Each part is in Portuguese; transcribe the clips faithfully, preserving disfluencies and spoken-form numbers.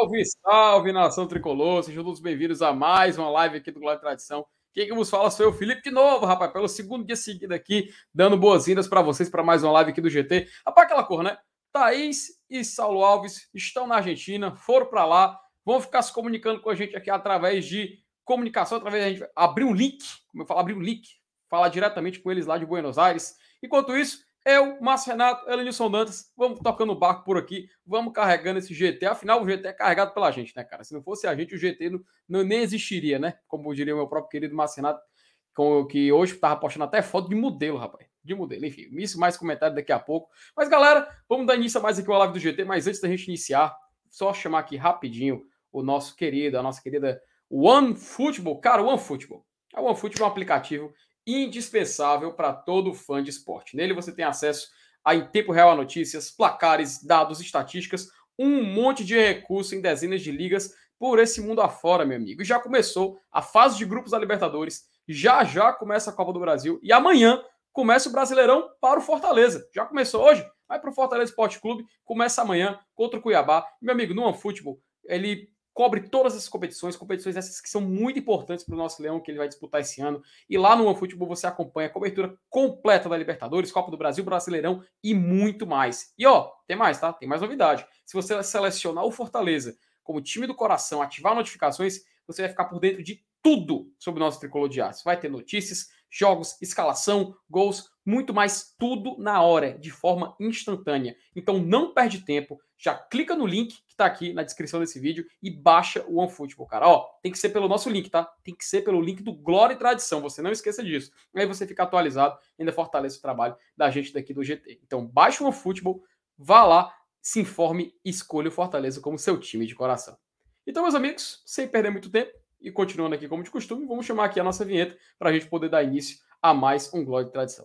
Salve, salve, nação tricolor, sejam todos bem-vindos a mais uma live aqui do Glória e Tradição. Quem que vos fala sou eu, Felipe, de novo, rapaz, pelo segundo dia seguido aqui, dando boas-vindas para vocês para mais uma live aqui do G T. Rapaz, aquela cor, né? Thaís e Saulo Alves estão na Argentina, foram para lá, vão ficar se comunicando com a gente aqui através de comunicação, através de a gente abrir um link, como eu falo, abrir um link, falar diretamente com eles lá de Buenos Aires. Enquanto isso, eu, Márcio Renato, Elenilson Dantas, vamos tocando o barco por aqui, vamos carregando esse G T. Afinal, o G T é carregado pela gente, né, cara? Se não fosse a gente, o G T não, não nem existiria, né? Como diria o meu próprio querido Márcio Renato, com, que hoje estava postando até foto de modelo, rapaz. De modelo, enfim. Isso, mais comentário daqui a pouco. Mas, galera, vamos dar início a mais aqui uma live do G T. Mas antes da gente iniciar, só chamar aqui rapidinho o nosso querido, a nossa querida OneFootball. Cara, OneFootball. A OneFootball é um aplicativo indispensável para todo fã de esporte. Nele você tem acesso a, em tempo real, a notícias, placares, dados, estatísticas, um monte de recurso em dezenas de ligas por esse mundo afora, meu amigo. E já começou a fase de grupos da Libertadores, já já começa a Copa do Brasil e amanhã começa o Brasileirão para o Fortaleza. Já começou hoje? Vai para o Fortaleza Esporte Clube, começa amanhã contra o Cuiabá. Meu amigo, no OneFootball, ele cobre todas essas competições, competições essas que são muito importantes para o nosso Leão, que ele vai disputar esse ano. E lá no OneFootball você acompanha a cobertura completa da Libertadores, Copa do Brasil, Brasileirão e muito mais. E ó, tem mais, tá? Tem mais novidade. Se você selecionar o Fortaleza como time do coração, ativar notificações, você vai ficar por dentro de tudo sobre o nosso tricolor de aço. Vai ter notícias, jogos, escalação, gols, muito mais, tudo na hora, de forma instantânea. Então não perde tempo, já clica no link que tá aqui na descrição desse vídeo e baixa o OneFootball, cara. Ó, tem que ser pelo nosso link, tá? Tem que ser pelo link do Glória e Tradição, você não esqueça disso. Aí você fica atualizado, ainda fortalece o trabalho da gente daqui do G T. Então baixa o OneFootball, vá lá, se informe e escolha o Fortaleza como seu time de coração. Então, meus amigos, sem perder muito tempo, e continuando aqui como de costume, vamos chamar aqui a nossa vinheta para a gente poder dar início a mais um Glória e Tradição.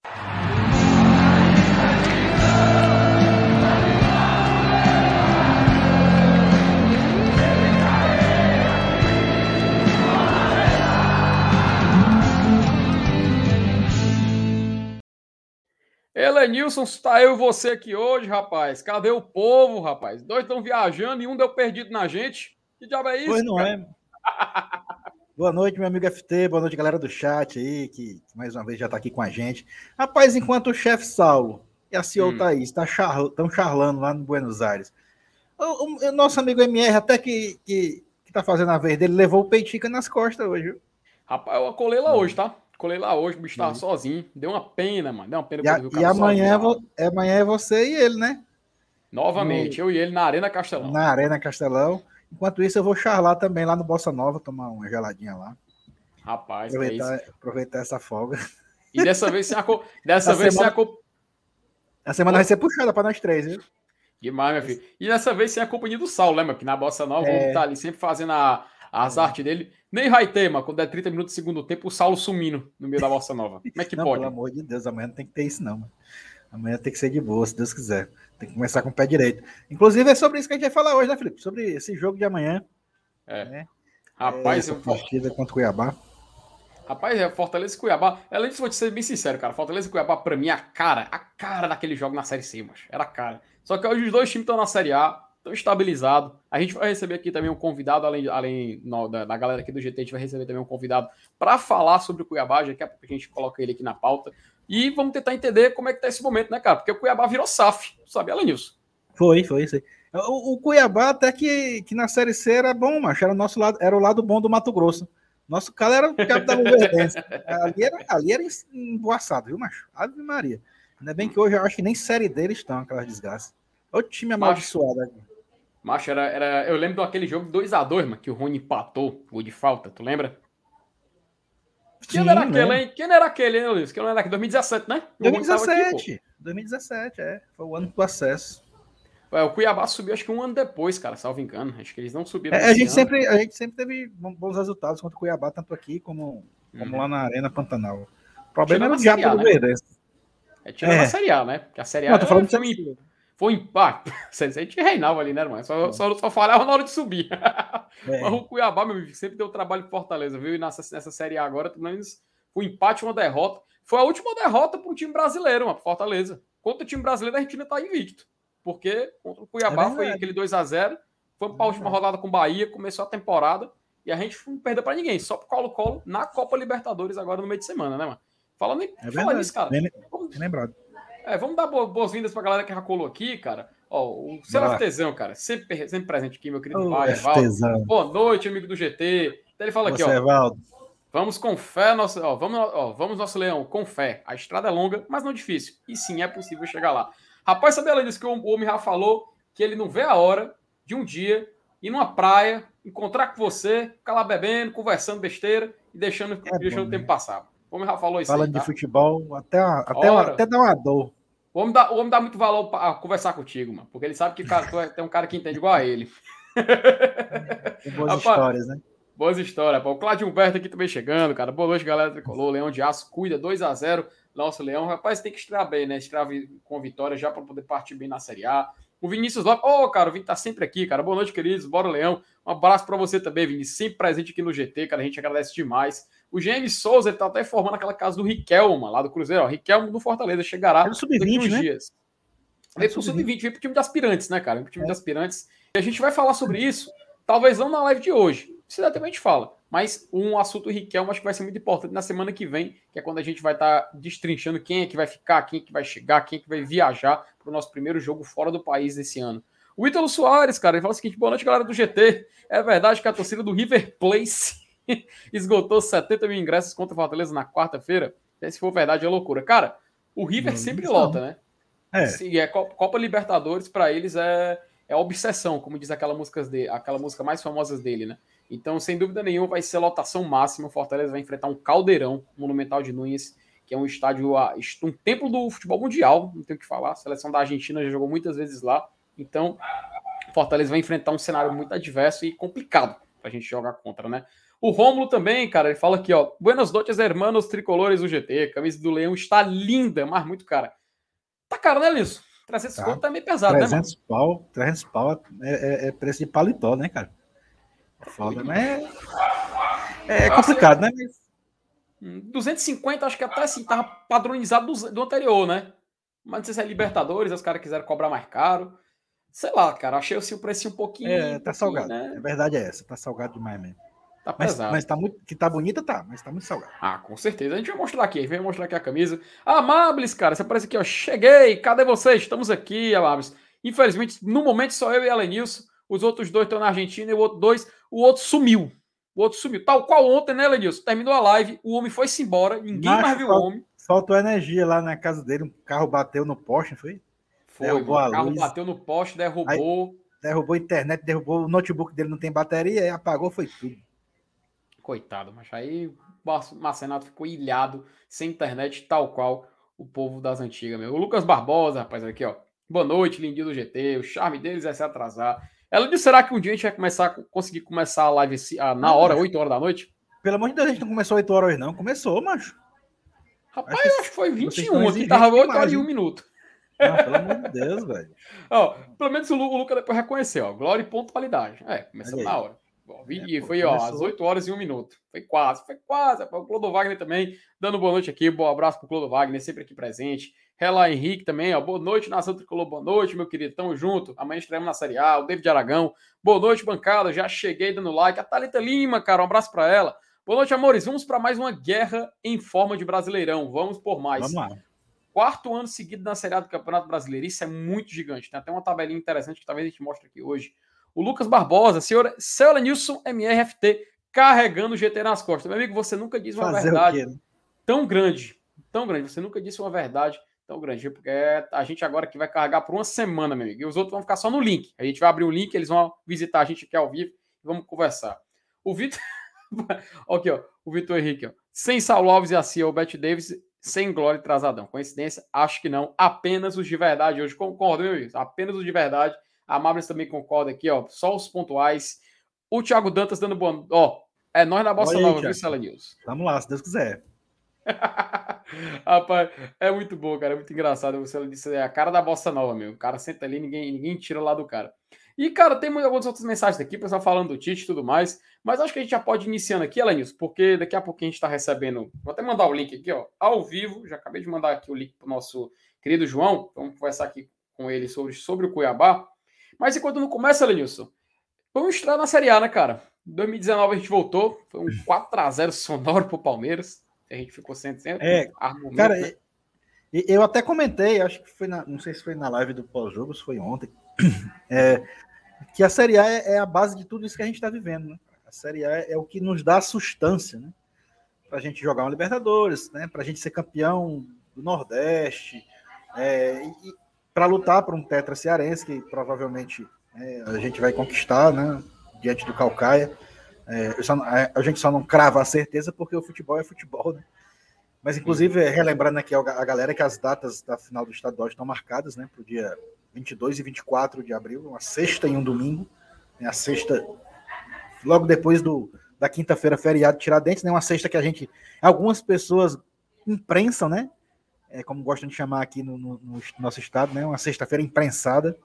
Elenilson, tá eu e você aqui hoje, rapaz. Cadê o povo, rapaz? Dois estão viajando e um deu perdido na gente. Que diabo é isso? Pois não cara? é. Boa noite, meu amigo F T. Boa noite, galera do chat aí, que mais uma vez já tá aqui com a gente. Rapaz, enquanto o chefe Saulo e a C E O hum. Thaís estão charl charlando lá no Buenos Aires, o, o, o nosso amigo M R, até que, que, que tá fazendo a vez dele, levou o peitica nas costas hoje, viu? Rapaz, eu colei lá hum. hoje, tá? Colei lá hoje, o bicho tava hum. sozinho. Deu uma pena, mano. Deu uma pena e, a, e amanhã, é, amanhã é você e ele, né? Novamente, no, eu e ele na Arena Castelão. Na Arena Castelão. Enquanto isso, eu vou charlar também lá no Bossa Nova, tomar uma geladinha lá. Rapaz, aproveitar, é isso. aproveitar essa folga. E dessa vez sem a co... dessa a vez semana... sem a co... A semana Pô. vai ser puxada para nós três, viu? Demais, meu filho. E dessa vez sem a companhia do Saulo, lembra? Que na Bossa Nova, é... o tá ali sempre fazendo a... as é... artes dele. Nem vai ter, mano. Quando der trinta minutos do segundo tempo, o Saulo sumindo no meio da Bossa Nova. Como é que não, pode? Pelo amor de Deus, amanhã não tem que ter isso, não, mano. Amanhã tem que ser de boa, se Deus quiser. Tem que começar com o pé direito. Inclusive, é sobre isso que a gente vai falar hoje, né, Felipe? Sobre esse jogo de amanhã. É. Né? Rapaz, é, eu... partida contra o Cuiabá. Rapaz, é Fortaleza e Cuiabá. Além disso, vou te ser bem sincero, cara. Fortaleza e Cuiabá, pra mim, é a cara, a cara daquele jogo na Série C, macho. Era a cara. Só que hoje os dois times estão na Série A, estão estabilizados. A gente vai receber aqui também um convidado, além, além no, da, da galera aqui do G T, a gente vai receber também um convidado para falar sobre o Cuiabá. Já daqui a pouco a gente coloca ele aqui na pauta. E vamos tentar entender como é que tá esse momento, né, cara? Porque o Cuiabá virou S A F, sabe, Elenilson? Foi, foi isso aí. O, o Cuiabá até que, que na Série C era bom, macho. Era o nosso lado, era o lado bom do Mato Grosso. Nosso cara era o cabo da Luverdense. ali, era, ali era emboaçado, viu, macho? Ave Maria. Ainda bem que hoje eu acho que nem série deles estão, aquelas desgraças. Outro time amaldiçoado aqui. Macho, era, era, eu lembro daquele jogo dois a dois, mano, que o Rony empatou, gol de falta, tu lembra? Quem Sim, era aquele, né? hein? Quem era aquele, hein, Luiz? Quem não era aquele? dois mil e dezessete, né? dois mil e dezessete. Aqui, dois mil e dezessete, é. Foi o ano do acesso. Ué, o Cuiabá subiu acho que um ano depois, cara, salvo engano. Acho que eles não subiram. É, a, gente sempre, a gente sempre teve bons resultados contra o Cuiabá, tanto aqui como, como uhum. lá na Arena Pantanal. O problema era o diabo do Verdense. É tirando é. a Série A, né? Porque a Série A não, tô falando foi, um, foi um impacto. A gente reinava ali, né, irmão? Só, é. só, só falhava na hora de subir. É. Mas o Cuiabá, meu amigo, sempre deu trabalho de Fortaleza, viu? E nessa, nessa Série A agora, pelo menos, foi um empate e uma derrota. Foi a última derrota para um time brasileiro, mano, Fortaleza. Contra o time brasileiro, a Argentina tá invicto. Porque contra o Cuiabá é foi aquele dois a zero Fomos para a última rodada com o Bahia, começou a temporada e a gente não perdeu para ninguém, só pro Colo-Colo na Copa Libertadores agora no meio de semana, né, mano? Falando, em, É falando nisso, cara. Bem, vamos, bem lembrado. É, vamos dar boas-vindas pra galera que já colou aqui, cara. Ó, o seu FTzão, cara, sempre, sempre presente aqui, meu querido oh, pai, Evaldo. Boa noite, amigo do G T. Então ele fala aqui, ó. Evaldo. Vamos com fé, nosso, ó, vamos, ó, vamos, nosso leão, com fé. A estrada é longa, mas não difícil. E sim, é possível chegar lá. Rapaz, sabe, além disso, que o homem já falou que ele não vê a hora de um dia ir numa praia, encontrar com você, ficar lá bebendo, conversando besteira e deixando, é deixando bom, o tempo né? passar. O homem já falou isso Falando aí, tá? de futebol, até, até, até dá uma dor. O homem, dá, o homem dá muito valor a conversar contigo, mano. Porque ele sabe que cara, tu é, tem um cara que entende igual a ele. Tem boas Rapaz, histórias, né? Boas histórias, pô. O Cláudio Humberto aqui também chegando, cara. Boa noite, galera tricolor. Leão de Aço cuida, dois a zero. Nosso Leão. Rapaz, tem que estrear bem, né? Estrear com vitória já para poder partir bem na Série A. O Vinícius Lopes. Ô, oh, cara, o Vini tá sempre aqui, cara. Boa noite, queridos. Bora, Leão. Um abraço para você também, Vini. Sempre presente aqui no G T, cara. A gente agradece demais. O James Souza, ele tá até formando aquela casa do Riquelme, lá do Cruzeiro. Ó. Riquelme do Fortaleza chegará é sub vinte, né? dias. Veio pro sub vinte, veio pro time de aspirantes, né, cara? Veio pro time é. de aspirantes. E a gente vai falar sobre isso, talvez não na live de hoje. Se der tempo a gente fala. Mas um assunto Riquelme acho que vai ser muito importante na semana que vem, que é quando a gente vai estar tá destrinchando quem é que vai ficar, quem é que vai chegar, quem é que vai viajar para o nosso primeiro jogo fora do país desse ano. O Ítalo Soares, cara, ele fala o seguinte: boa noite, galera do G T. É verdade que a torcida do River Plate esgotou setenta mil ingressos contra o Fortaleza na quarta-feira? Se for verdade, é loucura. Cara, o River não, sempre não. lota, né? É. Sim, é Copa Libertadores, para eles, é, é obsessão, como diz aquela música, de, aquela música mais famosa dele, né? Então, sem dúvida nenhuma, vai ser lotação máxima. O Fortaleza vai enfrentar um caldeirão, Monumental de Núñez, que é um estádio, um templo do futebol mundial, não tenho o que falar. A seleção da Argentina já jogou muitas vezes lá. Então, o Fortaleza vai enfrentar um cenário muito adverso e complicado pra gente jogar contra, né? O Rômulo também, cara, ele fala aqui, ó. Buenas noches, hermanos tricolores do G T. A camisa do Leão está linda, mas muito cara. Tá caro, né, Lisso? trezentos tá. Conto tá meio pesado, trezentos né, mano? Pau, trezentos pau é, é, é preço de paletó, né, cara? É foda, né? É, é complicado, né? duzentos e cinquenta, acho que até assim, tava padronizado do, do anterior, né? Mas não sei se é Libertadores, os caras quiseram cobrar mais caro. Sei lá, cara, achei assim, o preço um pouquinho... É, tá um salgado. Né? A verdade é essa, tá salgado demais mesmo. Tá mas, pesado. Mas tá muito, que tá bonita, tá, mas tá muito salgado. Ah, com certeza. A gente vai mostrar aqui, vai mostrar aqui a camisa. Amables, cara, você aparece aqui, ó. Cheguei, cadê vocês? Estamos aqui, Amables. Infelizmente, no momento, só eu e a Lenilson. Os outros dois estão na Argentina e o outro dois, o outro sumiu. O outro sumiu. Tal qual ontem, né, Lenilson? Terminou a live, o homem foi-se embora, ninguém Macho, mais viu fal- o homem. Faltou energia lá na casa dele, um carro bateu no poste, foi? Foi, derrubou mano, a o carro luz. bateu no poste, derrubou. Aí, derrubou a internet, derrubou o notebook dele, não tem bateria, aí apagou, foi tudo. Coitado, mas aí o Marcenato ficou ilhado, sem internet, tal qual o povo das antigas, meu. O Lucas Barbosa, rapaz, aqui, ó. Boa noite, lindinho do G T. O charme deles é se atrasar. Ela disse, será que um dia a gente vai começar, conseguir começar a live ah, na hora, oito horas da noite? Pelo amor de Deus, a gente não começou oito horas hoje, não. Começou, macho. Rapaz, acho que, eu acho que foi vinte e um, aqui tava oito horas e um minuto. Não, pelo amor de Deus, velho. Ó, pelo menos o, Lu, o Lucas depois reconheceu, ó. Glória e pontualidade. É, começamos na hora. Bom, é, pô, foi, ó, às oito horas e um minuto. Foi quase, foi quase. O Clodo Wagner também, dando boa noite aqui. Bom abraço pro Clodo Wagner, sempre aqui presente. Rela Henrique também, ó. Boa noite, Nação Tricolor. Boa noite, meu querido. Tamo junto. Amanhã estreamos na Série A. O David Aragão. Boa noite, bancada. Já cheguei dando like. A Thalita Lima, cara. Um abraço pra ela. Boa noite, amores. Vamos para mais uma guerra em forma de Brasileirão. Vamos por mais. Vamos lá. Quarto ano seguido na Série A do Campeonato Brasileiro. Isso é muito gigante. Tem até uma tabelinha interessante que talvez a gente mostre aqui hoje. O Lucas Barbosa, senhor, senhor Nilson M R F T, carregando o G T nas costas. Meu amigo, você nunca disse uma Fazer verdade o quê, né? tão grande, tão grande. Você nunca disse uma verdade tão grande, porque a gente agora que vai carregar por uma semana, meu amigo. E os outros vão ficar só no link. A gente vai abrir o link, eles vão visitar a gente aqui ao vivo e vamos conversar. O Vitor... aqui, ó. O Vitor Henrique, ó. Sem Saulo Alves e assim, o Beth Davis, sem Glória e Trazadão. Coincidência? Acho que não. Apenas os de verdade hoje. Concordo, meu amigo? Apenas os de verdade. A Mables também concorda aqui, ó. Só os pontuais. O Thiago Dantas dando boa... Ó, é nós na Bossa Nova, viu, Sala News? Vamos lá, se Deus quiser. Rapaz, é muito bom, cara. É muito engraçado. Você disse, é a cara da Bossa Nova, meu. O cara senta ali, ninguém, ninguém tira lá do cara. E, cara, tem algumas outras mensagens aqui, o pessoal falando do Tite e tudo mais. Mas acho que a gente já pode ir iniciando aqui, Elenilson, porque daqui a pouquinho a gente tá recebendo... Vou até mandar o link aqui, ó, ao vivo. Já acabei de mandar aqui o link pro nosso querido João. Vamos conversar aqui com ele sobre, sobre o Cuiabá. Mas enquanto não começa, Lenilson, Vamos estrear na Série A, né, cara? Em dois mil e dezenove a gente voltou, foi um quatro a zero sonoro pro Palmeiras. A gente ficou sem É, argumento, cara, né? eu até comentei, acho que foi na, não sei se foi na live do pós-jogo, se foi ontem, é, que a Série A é, é a base de tudo isso que a gente está vivendo, né? A Série A é o que nos dá a sustância, né? Para a gente jogar uma Libertadores, né? Para a gente ser campeão do Nordeste, é, e para lutar por um tetra cearense, que provavelmente é, a gente vai conquistar, né? Diante do Caucaia. É, só, a, a gente só não crava a certeza porque o futebol é futebol, né? Mas, inclusive, uhum. relembrando aqui a galera que as datas da final do estadual estão marcadas, né? Para o dia vinte e dois e vinte e quatro de abril, uma sexta e um domingo. Né, a sexta, logo depois do, da quinta-feira, feriado Tiradentes, né? Uma sexta que a gente, algumas pessoas imprensam, né? É, como gostam de chamar aqui no, no, no nosso estado, né? Uma sexta-feira imprensada.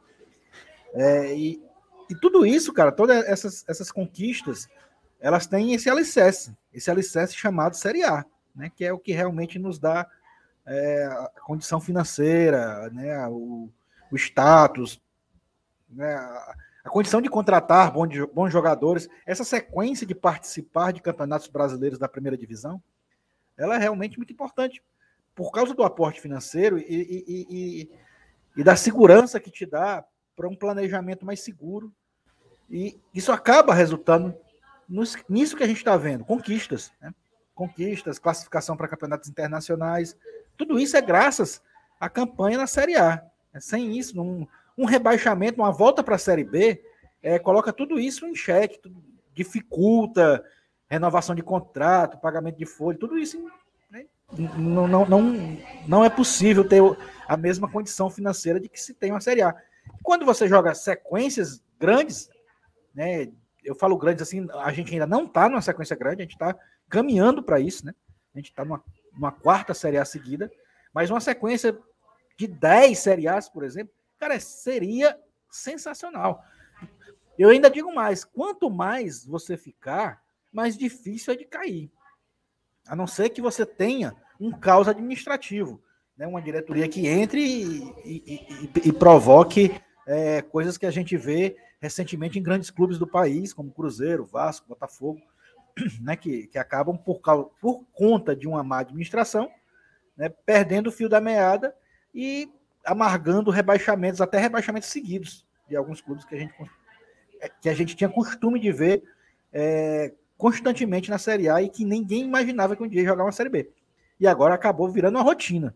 É, e, e tudo isso, cara, todas essas, essas conquistas, elas têm esse alicerce, esse alicerce chamado Série A, né? Que é o que realmente nos dá é, a condição financeira, né? O, o status, né? A, a condição de contratar bons, bons jogadores, essa sequência de participar de campeonatos brasileiros da primeira divisão, ela é realmente muito importante por causa do aporte financeiro e, e, e, e da segurança que te dá para um planejamento mais seguro. E isso acaba resultando nos, nisso que a gente está vendo, conquistas, né? Conquistas, classificação para campeonatos internacionais, tudo isso é graças à campanha na Série A. Sem isso, um, um rebaixamento, uma volta para a Série B, é, coloca tudo isso em xeque, tudo, dificulta renovação de contrato, pagamento de folha, tudo isso, né? não, não, não, não é possível ter a mesma condição financeira de que se tem uma Série A. Quando você joga sequências grandes, né, eu falo grandes assim, a gente ainda não está numa sequência grande, a gente está caminhando para isso, né? A gente está numa, numa quarta Série A seguida, mas uma sequência de dez Série As, por exemplo, cara, seria sensacional. Eu ainda digo mais, quanto mais você ficar, mais difícil é de cair. A não ser que você tenha um caos administrativo, né? Uma diretoria que entre e, e, e, e provoque é, coisas que a gente vê recentemente em grandes clubes do país, como Cruzeiro, Vasco, Botafogo, né, que, que acabam por, causa, por conta de uma má administração, né, perdendo o fio da meada e amargando rebaixamentos, até rebaixamentos seguidos de alguns clubes que a gente, que a gente tinha costume de ver é, constantemente na Série A e que ninguém imaginava que um dia ia jogar uma Série B. E agora acabou virando uma rotina.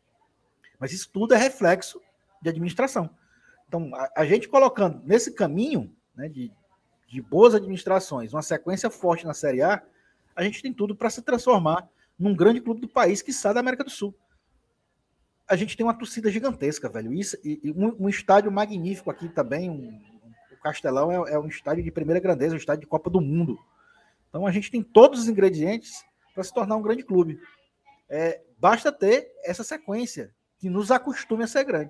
Mas isso tudo é reflexo de administração. Então, a, a gente colocando nesse caminho, né, de, de boas administrações, uma sequência forte na Série A, a gente tem tudo para se transformar num grande clube do país, que sai da América do Sul. A gente tem uma torcida gigantesca, velho. Isso, e, e um, um estádio magnífico aqui também. Um, o Castelão é, é um estádio de primeira grandeza, um estádio de Copa do Mundo. Então a gente tem todos os ingredientes para se tornar um grande clube. É, basta ter essa sequência que nos acostume a ser grande.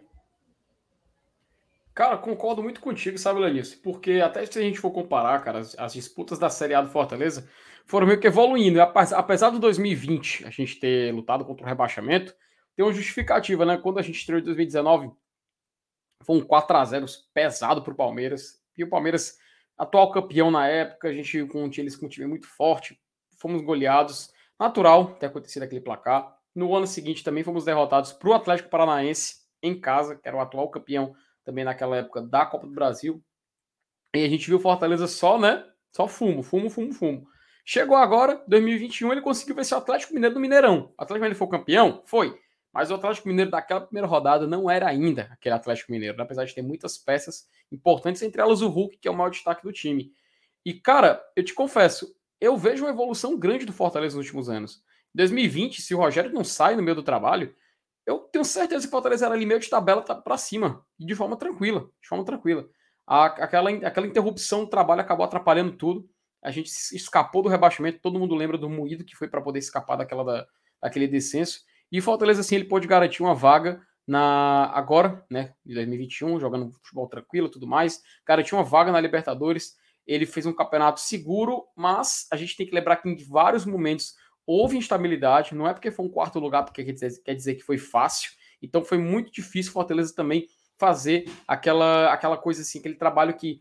Cara, concordo muito contigo, sabe, Lenice? Porque até se a gente for comparar, cara, as, as disputas da Série A do Fortaleza foram meio que evoluindo. Apesar do dois mil e vinte a gente ter lutado contra o rebaixamento, tem uma justificativa, né? Quando a gente estreou em dois mil e dezenove, foi um quatro a zero pesado pro Palmeiras. E o Palmeiras, atual campeão na época, a gente com eles com um time muito forte, fomos goleados. Natural ter acontecido aquele placar. No ano seguinte também fomos derrotados pro Atlético Paranaense em casa, que era o atual campeão também naquela época da Copa do Brasil. E a gente viu Fortaleza só, né? Só fumo, fumo, fumo, fumo. Chegou agora, dois mil e vinte e um, ele conseguiu vencer o Atlético Mineiro do Mineirão. O Atlético Mineiro foi campeão? Foi. Mas o Atlético Mineiro daquela primeira rodada não era ainda aquele Atlético Mineiro, né? Apesar de ter muitas peças importantes, entre elas o Hulk, que é o maior destaque do time. E, cara, eu te confesso, eu vejo uma evolução grande do Fortaleza nos últimos anos. Em dois mil e vinte, se o Rogério não sai no meio do trabalho, eu tenho certeza que o Fortaleza era ali meio de tabela para cima, e de forma tranquila, de forma tranquila. A, aquela, aquela interrupção do trabalho acabou atrapalhando tudo, a gente escapou do rebaixamento, todo mundo lembra do moído que foi para poder escapar daquela, da, daquele descenso, e o Fortaleza, assim, ele pôde garantir uma vaga na agora, né, de dois mil e vinte e um, jogando futebol tranquilo e tudo mais, garantiu uma vaga na Libertadores. Ele fez um campeonato seguro, mas a gente tem que lembrar que em vários momentos houve instabilidade, não é porque foi um quarto lugar, porque quer dizer, quer dizer que foi fácil, então foi muito difícil o Fortaleza também fazer aquela, aquela coisa assim, aquele trabalho que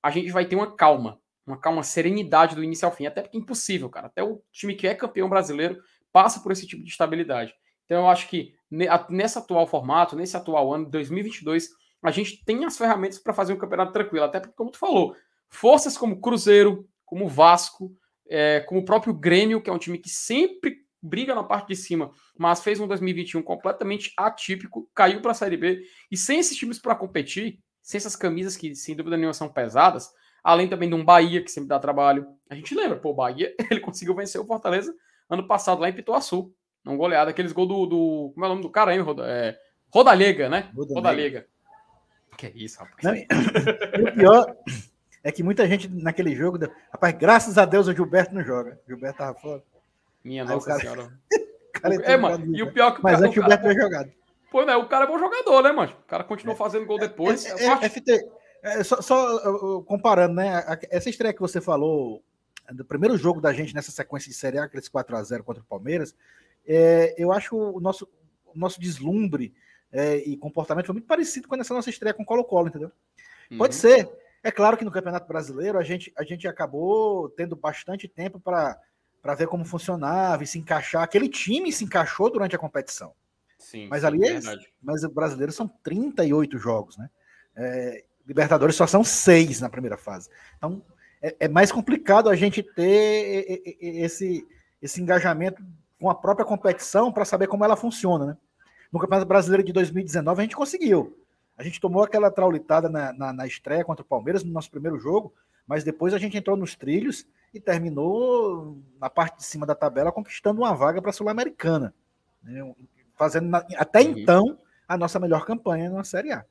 a gente vai ter uma calma, uma calma, serenidade do início ao fim, até porque é impossível, cara. Até o time que é campeão brasileiro passa por esse tipo de estabilidade. Então eu acho que nesse atual formato, nesse atual ano, dois mil e vinte e dois, a gente tem as ferramentas para fazer um campeonato tranquilo, até porque, como tu falou, forças como Cruzeiro, como Vasco, é, como o próprio Grêmio, que é um time que sempre briga na parte de cima, mas fez um dois mil e vinte e um completamente atípico, caiu para a Série B, e sem esses times para competir, sem essas camisas que, sem dúvida nenhuma, são pesadas, além também de um Bahia, que sempre dá trabalho. A gente lembra, pô, o Bahia, ele conseguiu vencer o Fortaleza ano passado lá em Pituaçu, não goleada, aqueles gols do, do... Como é o nome do cara aí? Roda, é, Rodalega, né? Rodalega. Que é isso, rapaz. Não, e o pior é que muita gente naquele jogo... Rapaz, graças a Deus o Gilberto não joga. O Gilberto tava fora. Minha aí nossa cara... senhora. cara é, mano, e o pior é que o Mas cara, antes o Gilberto foi jogado. Pô, né? O cara é bom jogador, né, mano? O cara continuou é. fazendo gol depois. É, é, é, F T, é, só, só comparando, né? Essa estreia que você falou, do primeiro jogo da gente nessa sequência de Série A, aqueles quatro a zero contra o Palmeiras, é, eu acho o nosso, o nosso deslumbre é, e comportamento foi muito parecido com essa nossa estreia com o Colo-Colo, entendeu? Uhum. Pode ser. É claro que no Campeonato Brasileiro a gente, a gente acabou tendo bastante tempo para ver como funcionava e se encaixar. Aquele time se encaixou durante a competição. Sim, mas sim, ali é, mas o brasileiro são trinta e oito jogos, né? É, Libertadores só são seis na primeira fase. Então é, é mais complicado a gente ter esse, esse engajamento com a própria competição para saber como ela funciona, né? No Campeonato Brasileiro de dois mil e dezenove a gente conseguiu. A gente tomou aquela traulitada na, na, na estreia contra o Palmeiras no nosso primeiro jogo, mas depois a gente entrou nos trilhos e terminou na parte de cima da tabela conquistando uma vaga para a Sul-Americana, né? Fazendo na, até uhum. então a nossa melhor campanha na Série A.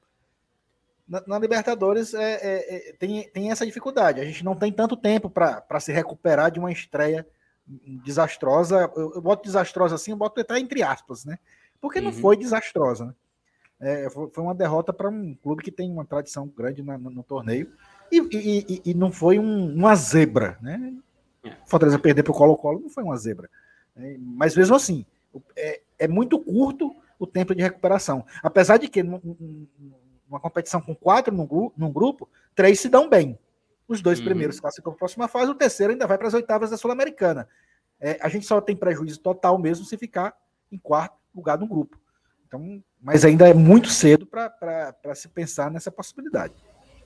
Na, na Libertadores é, é, é, tem, tem essa dificuldade. A gente não tem tanto tempo para se recuperar de uma estreia desastrosa. Eu, eu boto desastrosa assim, eu boto até entre aspas, né? Porque uhum. não foi desastrosa, né? É, foi, foi uma derrota para um clube que tem uma tradição grande na, no, no torneio e, e, e, e não foi um, uma zebra, né? Fortaleza perder para o Colo-Colo não foi uma zebra. É, mas mesmo assim, é, é muito curto o tempo de recuperação. Apesar de que numa competição com quatro num, gru, num grupo, três se dão bem. Os dois uhum. primeiros classificam para a próxima fase, o terceiro ainda vai para as oitavas da Sul-Americana. É, a gente só tem prejuízo total mesmo se ficar em quarto lugar no grupo. Então, mas ainda é muito cedo para se pensar nessa possibilidade.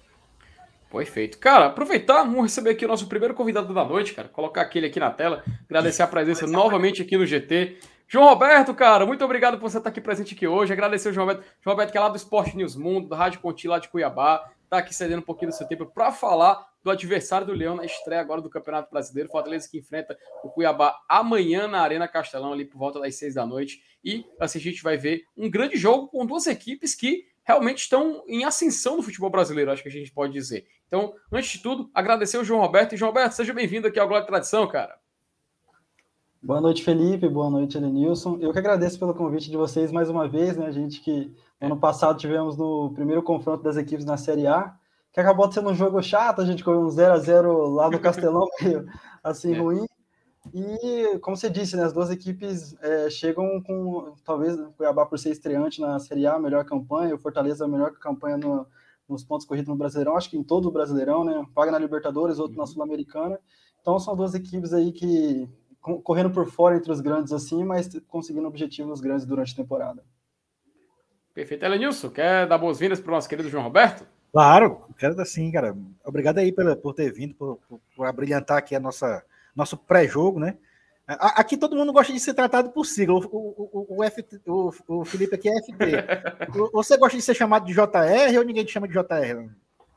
Perfeito. Cara, aproveitar, vamos receber aqui o nosso primeiro convidado da noite, cara. Colocar aquele aqui na tela. Agradecer a presença novamente aqui no G T. João Roberto, cara, muito obrigado por você estar aqui presente aqui hoje. Agradecer o João Roberto. João Roberto, que é lá do Esporte News Mundo, da Rádio Conti, lá de Cuiabá. Tá aqui cedendo um pouquinho do seu tempo para falar do adversário do Leão na estreia agora do Campeonato Brasileiro. Fortaleza que enfrenta o Cuiabá amanhã na Arena Castelão, ali por volta das seis da noite. E assim a gente vai ver um grande jogo com duas equipes que realmente estão em ascensão no futebol brasileiro, acho que a gente pode dizer. Então, antes de tudo, agradecer o João Roberto. E, João Roberto, seja bem-vindo aqui ao Glória e Tradição, cara. Boa noite, Felipe. Boa noite, Elenilson. Eu que agradeço pelo convite de vocês mais uma vez, né? A gente que ano passado tivemos no primeiro confronto das equipes na Série A, que acabou sendo um jogo chato, a gente com um zero a zero lá no Castelão, meio assim, é. ruim. E, como você disse, né, as duas equipes é, chegam com, talvez, o Cuiabá por ser estreante na Série A, a melhor campanha, o Fortaleza a melhor campanha no, nos pontos corridos no Brasileirão, acho que em todo o Brasileirão, né? Paga na Libertadores, outro uhum. na Sul-Americana. Então, são duas equipes aí que correndo por fora entre os grandes assim, mas conseguindo objetivos grandes durante a temporada. Perfeito. Elenilson, quer dar boas-vindas para o nosso querido João Roberto? Claro, quero dar sim, cara. Obrigado aí pela, por ter vindo, por, por, por abrilhantar aqui a nossa, nosso pré-jogo, né? Aqui todo mundo gosta de ser tratado por sigla. O, o, o, o, F, o, o Felipe aqui é F T. Você gosta de ser chamado de J R ou ninguém te chama de J R?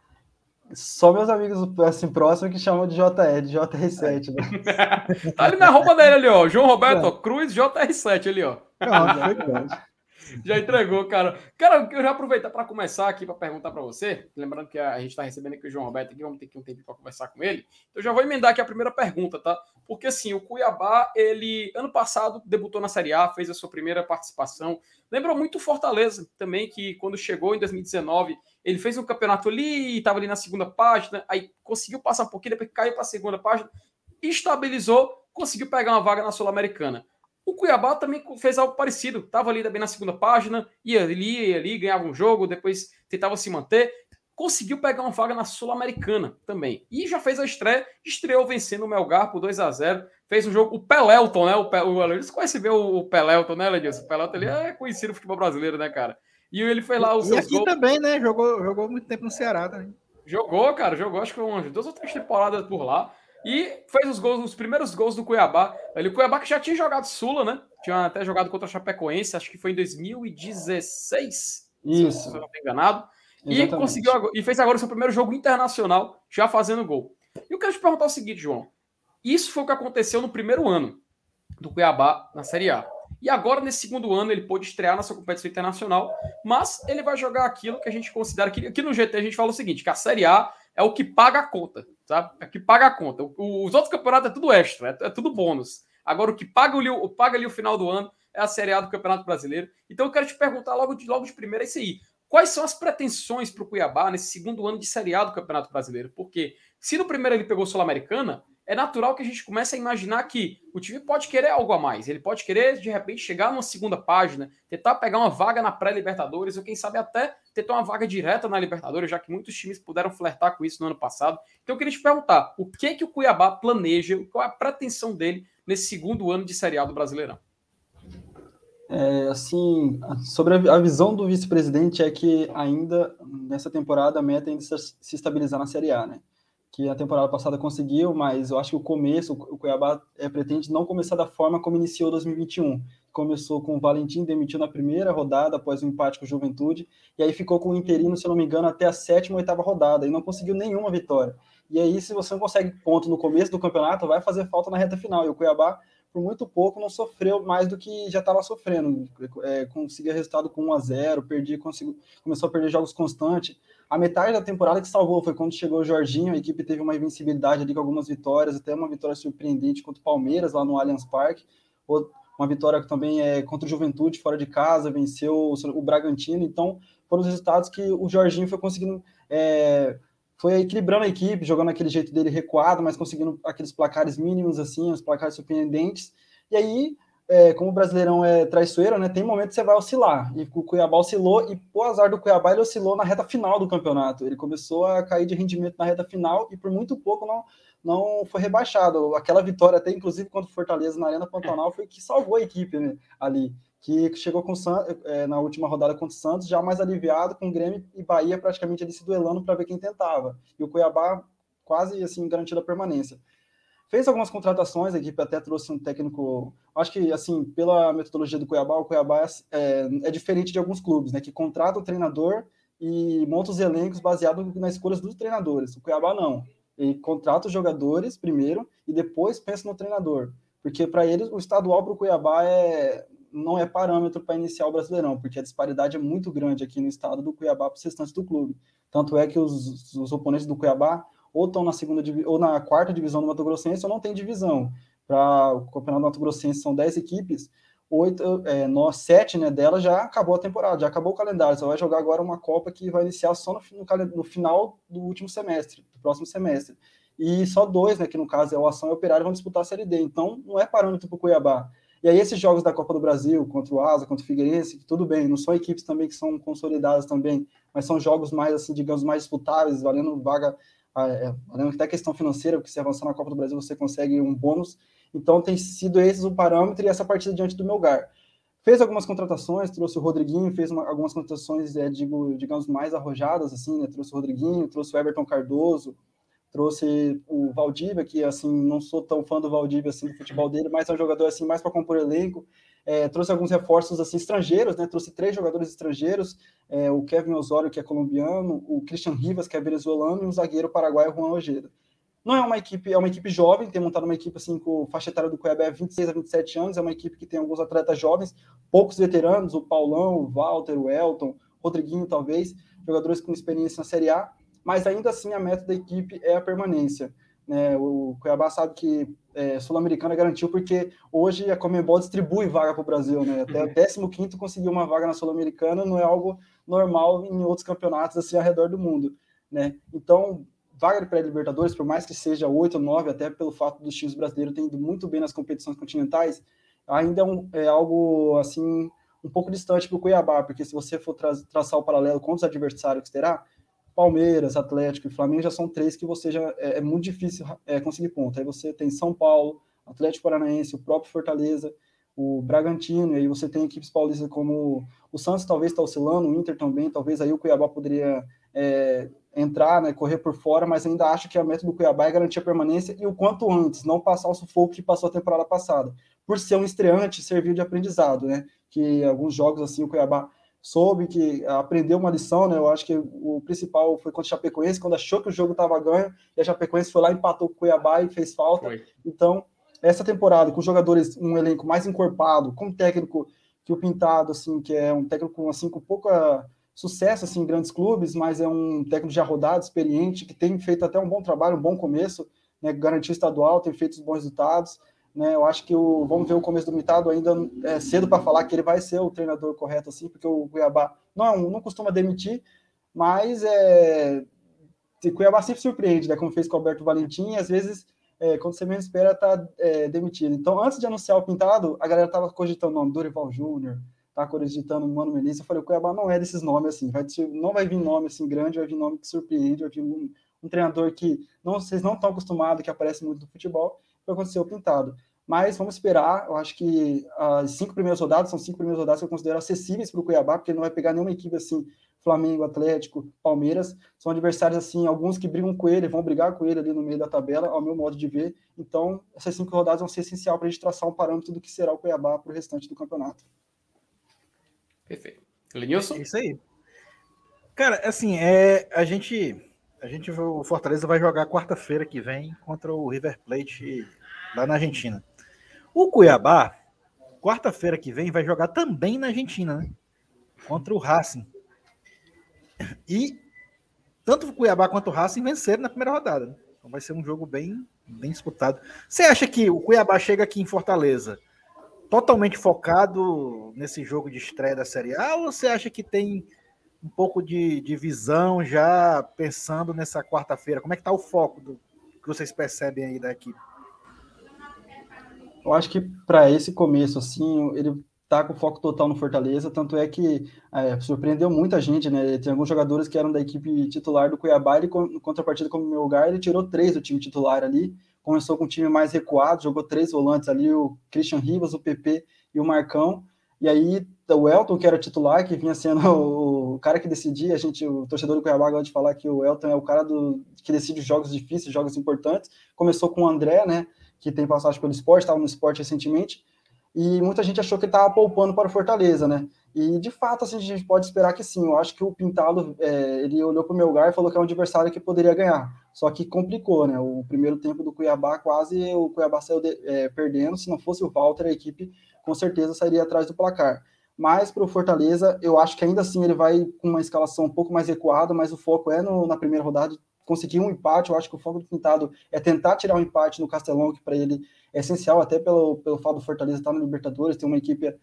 Só meus amigos assim, próximos que chamam de J R, de J R sete. Né? Tá ali na roupa dele ali, ó. João Roberto ó, Cruz J R sete ali, ó. Pronto, foi grande. Já entregou, cara. Cara, eu já aproveitar para começar aqui para perguntar para você. Lembrando que a gente está recebendo aqui o João Roberto aqui, vamos ter que um tempo para conversar com ele. Eu já vou emendar aqui a primeira pergunta, tá? Porque assim, o Cuiabá, ele ano passado debutou na Série A, fez a sua primeira participação. Lembrou muito o Fortaleza também, que quando chegou em dois mil e dezenove, ele fez um campeonato ali, estava ali na segunda página, aí conseguiu passar um pouquinho, depois caiu para a segunda página, estabilizou, conseguiu pegar uma vaga na Sul-Americana. O Cuiabá também fez algo parecido. Estava ali também na segunda página, ia ali, ia ali, ganhava um jogo, depois tentava se manter. conseguiu pegar uma vaga na Sul-Americana também. E já fez a estreia, estreou vencendo o Melgar por dois a zero. Fez um jogo, o Pelelton, né? O, Pe, o Eles conhecem bem o Pelelton, né, Ledilson? O Pelelton ele é conhecido no futebol brasileiro, né, cara? E ele fez lá os e seus aqui gols. também, né? Jogou, jogou muito tempo no Ceará também. Jogou, cara, jogou, acho que foi umas duas ou três temporadas por lá. E fez os gols, os primeiros gols do Cuiabá. Ele, o Cuiabá que já tinha jogado Sula, né? Tinha até jogado contra a Chapecoense, acho que foi em dois mil e dezesseis. Isso. Se eu não estou enganado. E, Exatamente. conseguiu, e fez agora o seu primeiro jogo internacional, já fazendo gol. E eu quero te perguntar o seguinte, João. Isso foi o que aconteceu no primeiro ano do Cuiabá na Série A. E agora, nesse segundo ano, ele pôde estrear na sua competição internacional, mas ele vai jogar aquilo que a gente considera que aqui no G T a gente fala o seguinte, que a Série A é o que paga a conta, sabe? É o que paga a conta. O, os outros campeonatos é tudo extra, é, é tudo bônus. Agora, o que paga ali, o, paga ali o final do ano é a Série A do Campeonato Brasileiro. Então, eu quero te perguntar logo de, logo de primeira isso aí. Quais são as pretensões para o Cuiabá nesse segundo ano de Série A do Campeonato Brasileiro? Porque se no primeiro ele pegou Sul-Americana, é natural que a gente comece a imaginar que o time pode querer algo a mais. Ele pode querer, de repente, chegar numa segunda página, tentar pegar uma vaga na pré-Libertadores, ou quem sabe até tentar uma vaga direta na Libertadores, já que muitos times puderam flertar com isso no ano passado. Então eu queria te perguntar, o que que o Cuiabá planeja, qual é a pretensão dele nesse segundo ano de Série A do Brasileirão? É, assim, sobre a visão do vice-presidente é que ainda, nessa temporada, a meta é ainda se estabilizar na Série A, né? Que a temporada passada conseguiu, mas eu acho que o começo, o Cuiabá é, pretende não começar da forma como iniciou dois mil e vinte e um. Começou com o Valentim demitido na primeira rodada, após um empate com o Juventude, e aí ficou com o interino, se eu não me engano, até a sétima ou oitava rodada, e não conseguiu nenhuma vitória. E aí, se você não consegue ponto no começo do campeonato, vai fazer falta na reta final, e o Cuiabá, por muito pouco, não sofreu mais do que já estava sofrendo. É, conseguia resultado com um a zero, perdi, conseguiu, começou a perder jogos constantes. A metade da temporada que salvou foi quando chegou o Jorginho, a equipe teve uma invencibilidade ali com algumas vitórias, até uma vitória surpreendente contra o Palmeiras, lá no Allianz Parque, uma vitória também é, contra o Juventude, fora de casa, venceu o Bragantino, então foram os resultados que o Jorginho foi conseguindo, é, foi equilibrando a equipe, jogando aquele jeito dele recuado, mas conseguindo aqueles placares mínimos, assim, os placares surpreendentes, e aí, é, como o Brasileirão é traiçoeiro, né, tem momentos que você vai oscilar, e o Cuiabá oscilou, e por azar do Cuiabá, ele oscilou na reta final do campeonato, ele começou a cair de rendimento na reta final, e por muito pouco não, não foi rebaixado. Aquela vitória, até inclusive contra o Fortaleza na Arena Pantanal, foi que salvou a equipe, né, ali, que chegou com é, na última rodada contra o Santos, já mais aliviado, com o Grêmio e Bahia praticamente ali se duelando para ver quem tentava, e o Cuiabá quase assim garantindo a permanência. Fez algumas contratações, a equipe até trouxe um técnico, acho que, assim, pela metodologia do Cuiabá, o Cuiabá é, é diferente de alguns clubes, né, que contrata o treinador e monta os elencos baseado nas escolhas dos treinadores. O Cuiabá não. Ele contrata os jogadores primeiro e depois pensa no treinador. Porque para eles, o estadual para o Cuiabá é, não é parâmetro para iniciar o Brasileirão, porque a disparidade é muito grande aqui no estado do Cuiabá para os restantes do clube. Tanto é que os, os oponentes do Cuiabá ou estão na segunda ou na quarta divisão do Mato Grossense ou não tem divisão. Para o Campeonato do Mato Grossense são dez equipes, oito, é, nós, sete né, delas já acabou a temporada, já acabou o calendário, só vai jogar agora uma Copa que vai iniciar só no, no, no final do último semestre, do próximo semestre. E só dois, né, que no caso é o Ação e o Operário, vão disputar a Série D, então não é parâmetro para o Cuiabá. E aí esses jogos da Copa do Brasil, contra o Asa, contra o Figueirense, tudo bem, não são equipes também que são consolidadas também, mas são jogos mais, assim, digamos, mais disputáveis, valendo vaga, é, valendo até questão financeira, porque se avançar na Copa do Brasil você consegue um bônus. Então tem sido esses o parâmetro e essa partida diante do Melgar. Fez algumas contratações, trouxe o Rodriguinho, fez uma, algumas contratações, é, digo, digamos, mais arrojadas, assim, né? Trouxe o Rodriguinho, trouxe o Everton Cardoso, trouxe o Valdívia, que, assim, não sou tão fã do Valdívia, assim, do futebol dele, mas é um jogador, assim, mais para compor elenco. É, trouxe alguns reforços, assim, estrangeiros, né? Trouxe três jogadores estrangeiros, é, o Kevin Osório, que é colombiano, o Christian Rivas, que é venezuelano, e o zagueiro paraguaio Juan Ojeda. Não é uma equipe, é uma equipe jovem, tem montado uma equipe assim com faixa etária do Cuiabá é vinte e seis a vinte e sete anos, é uma equipe que tem alguns atletas jovens, poucos veteranos, o Paulão, o Walter, o Elton, Rodriguinho talvez, jogadores com experiência na Série A, mas ainda assim a meta da equipe é a permanência. Né? O Cuiabá sabe que é, Sul-Americana garantiu porque hoje a Conmebol distribui vaga para o Brasil, né? Até o décimo quinto conseguir uma vaga na Sul-Americana não é algo normal em outros campeonatos assim ao redor do mundo. Né? Então, vaga de pré-libertadores, por mais que seja oito ou nove, até pelo fato dos times brasileiros terem ido muito bem nas competições continentais, ainda é, um, é algo assim um pouco distante para o Cuiabá, porque se você for tra- traçar o paralelo com os adversários que terá, Palmeiras, Atlético e Flamengo já são três que você já é, é muito difícil é, conseguir ponto. Aí você tem São Paulo, Atlético Paranaense, o próprio Fortaleza, o Bragantino, e aí você tem equipes paulistas como o Santos talvez está oscilando, o Inter também, talvez aí o Cuiabá poderia é, entrar, né, correr por fora, mas ainda acho que a meta do Cuiabá é garantir a permanência e o quanto antes, não passar o sufoco que passou a temporada passada. Por ser um estreante, serviu de aprendizado, né? Que alguns jogos assim o Cuiabá soube que aprendeu uma lição, né? Eu acho que o principal foi contra o Chapecoense, quando achou que o jogo estava ganho, e a Chapecoense foi lá, empatou com o Cuiabá e fez falta. Foi. Então, essa temporada, com jogadores, um elenco mais encorpado, com um técnico que o Pintado, assim, que é um técnico assim, com pouca sucesso assim, em grandes clubes, mas é um técnico já rodado, experiente, que tem feito até um bom trabalho, um bom começo, né? Garantiu estadual, tem feito os bons resultados. Né, eu acho que o, vamos ver o começo do Pintado, ainda é cedo para falar que ele vai ser o treinador correto, assim, porque o Cuiabá não, não costuma demitir, mas é, o Cuiabá sempre surpreende, né, como fez com o Alberto Valentim, e às vezes, é, quando você menos espera, tá é, demitido. Então, antes de anunciar o Pintado, a galera tava cogitando o nome Dorival Júnior, tá cogitando o Mano Menezes, eu falei, o Cuiabá não é desses nomes, assim, vai, não vai vir nome assim grande, vai vir nome que surpreende, vai vir um, um treinador que não, vocês não estão acostumados, que aparece muito no futebol, vai acontecer o Pintado. Mas vamos esperar, eu acho que as cinco primeiras rodadas, são cinco primeiras rodadas que eu considero acessíveis para o Cuiabá, porque ele não vai pegar nenhuma equipe assim, Flamengo, Atlético, Palmeiras, são adversários assim, alguns que brigam com ele, vão brigar com ele ali no meio da tabela, ao meu modo de ver, então essas cinco rodadas vão ser essencial para a gente traçar um parâmetro do que será o Cuiabá para o restante do campeonato. Perfeito. Lenilson? É isso aí. Cara, assim, é, a gente, a gente, o Fortaleza vai jogar quarta-feira que vem contra o River Plate lá na Argentina. O Cuiabá, quarta-feira que vem, vai jogar também na Argentina, né? Contra o Racing. E tanto o Cuiabá quanto o Racing venceram na primeira rodada. Né? Então vai ser um jogo bem, bem disputado. Você acha que o Cuiabá chega aqui em Fortaleza totalmente focado nesse jogo de estreia da Série A, ou você acha que tem um pouco de, de visão já pensando nessa quarta-feira? Como é que está o foco do que vocês percebem aí da equipe? Eu acho que para esse começo, assim, ele tá com foco total no Fortaleza, tanto é que é, surpreendeu muita gente, né? Tem alguns jogadores que eram da equipe titular do Cuiabá, ele, em contrapartida com o meu lugar, ele tirou três do time titular ali, começou com um time mais recuado, jogou três volantes ali, o Christian Rivas, o P P e o Marcão, e aí o Elton, que era titular, que vinha sendo o cara que decidia, a gente, o torcedor do Cuiabá gosta de falar que o Elton é o cara do, que decide jogos difíceis, jogos importantes, começou com o André, né? Que tem passagem pelo esporte, estava no esporte recentemente, e muita gente achou que ele estava poupando para o Fortaleza, né? E, de fato, assim, a gente pode esperar que sim. Eu acho que o Pintado, é, ele olhou para o Melgar e falou que é um adversário que poderia ganhar. Só que complicou, né? O primeiro tempo do Cuiabá, quase o Cuiabá saiu de, é, perdendo. Se não fosse o Walter, a equipe com certeza sairia atrás do placar. Mas para o Fortaleza, eu acho que ainda assim ele vai com uma escalação um pouco mais recuada, mas o foco é no, na primeira rodada, conseguir um empate. Eu acho que o foco do Pintado é tentar tirar um empate no Castelão, que para ele é essencial, até pelo, pelo fato do Fortaleza estar no Libertadores, ter uma equipe,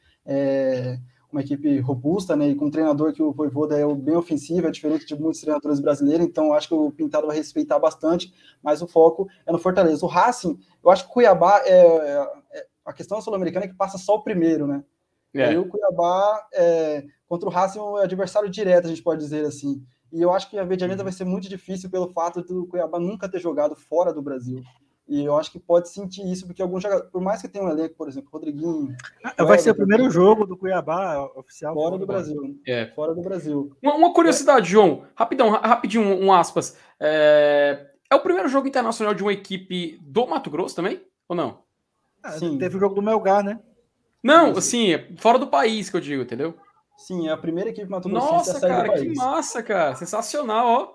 é, uma equipe robusta, né, e com um treinador que o Vojvoda é bem ofensivo, é diferente de muitos treinadores brasileiros, então eu acho que o Pintado vai respeitar bastante, mas o foco é no Fortaleza. O Racing, eu acho que o Cuiabá, é, é, a questão sul-americana é que passa só o primeiro, né? É. E aí o Cuiabá, é, contra o Racing, é adversário direto, a gente pode dizer assim. E eu acho que a Medianeta vai ser muito difícil pelo fato do Cuiabá nunca ter jogado fora do Brasil. E eu acho que pode sentir isso, porque alguns jogadores, por mais que tenha um elenco, por exemplo, Rodriguinho... Ah, vai ser o primeiro também, jogo do Cuiabá oficial. Fora, fora do Brasil. É. Fora do Brasil. Uma, uma curiosidade, é. João. Rapidão, rapidinho, um, um aspas. É... é o primeiro jogo internacional de uma equipe do Mato Grosso também? Ou não? Ah, sim. Teve o jogo do Melgar, né? Não, assim, fora do país que eu digo, entendeu? Sim, é a primeira equipe Mato Grosso Nossa, a sair cara, do país. Que massa, cara. Sensacional, ó.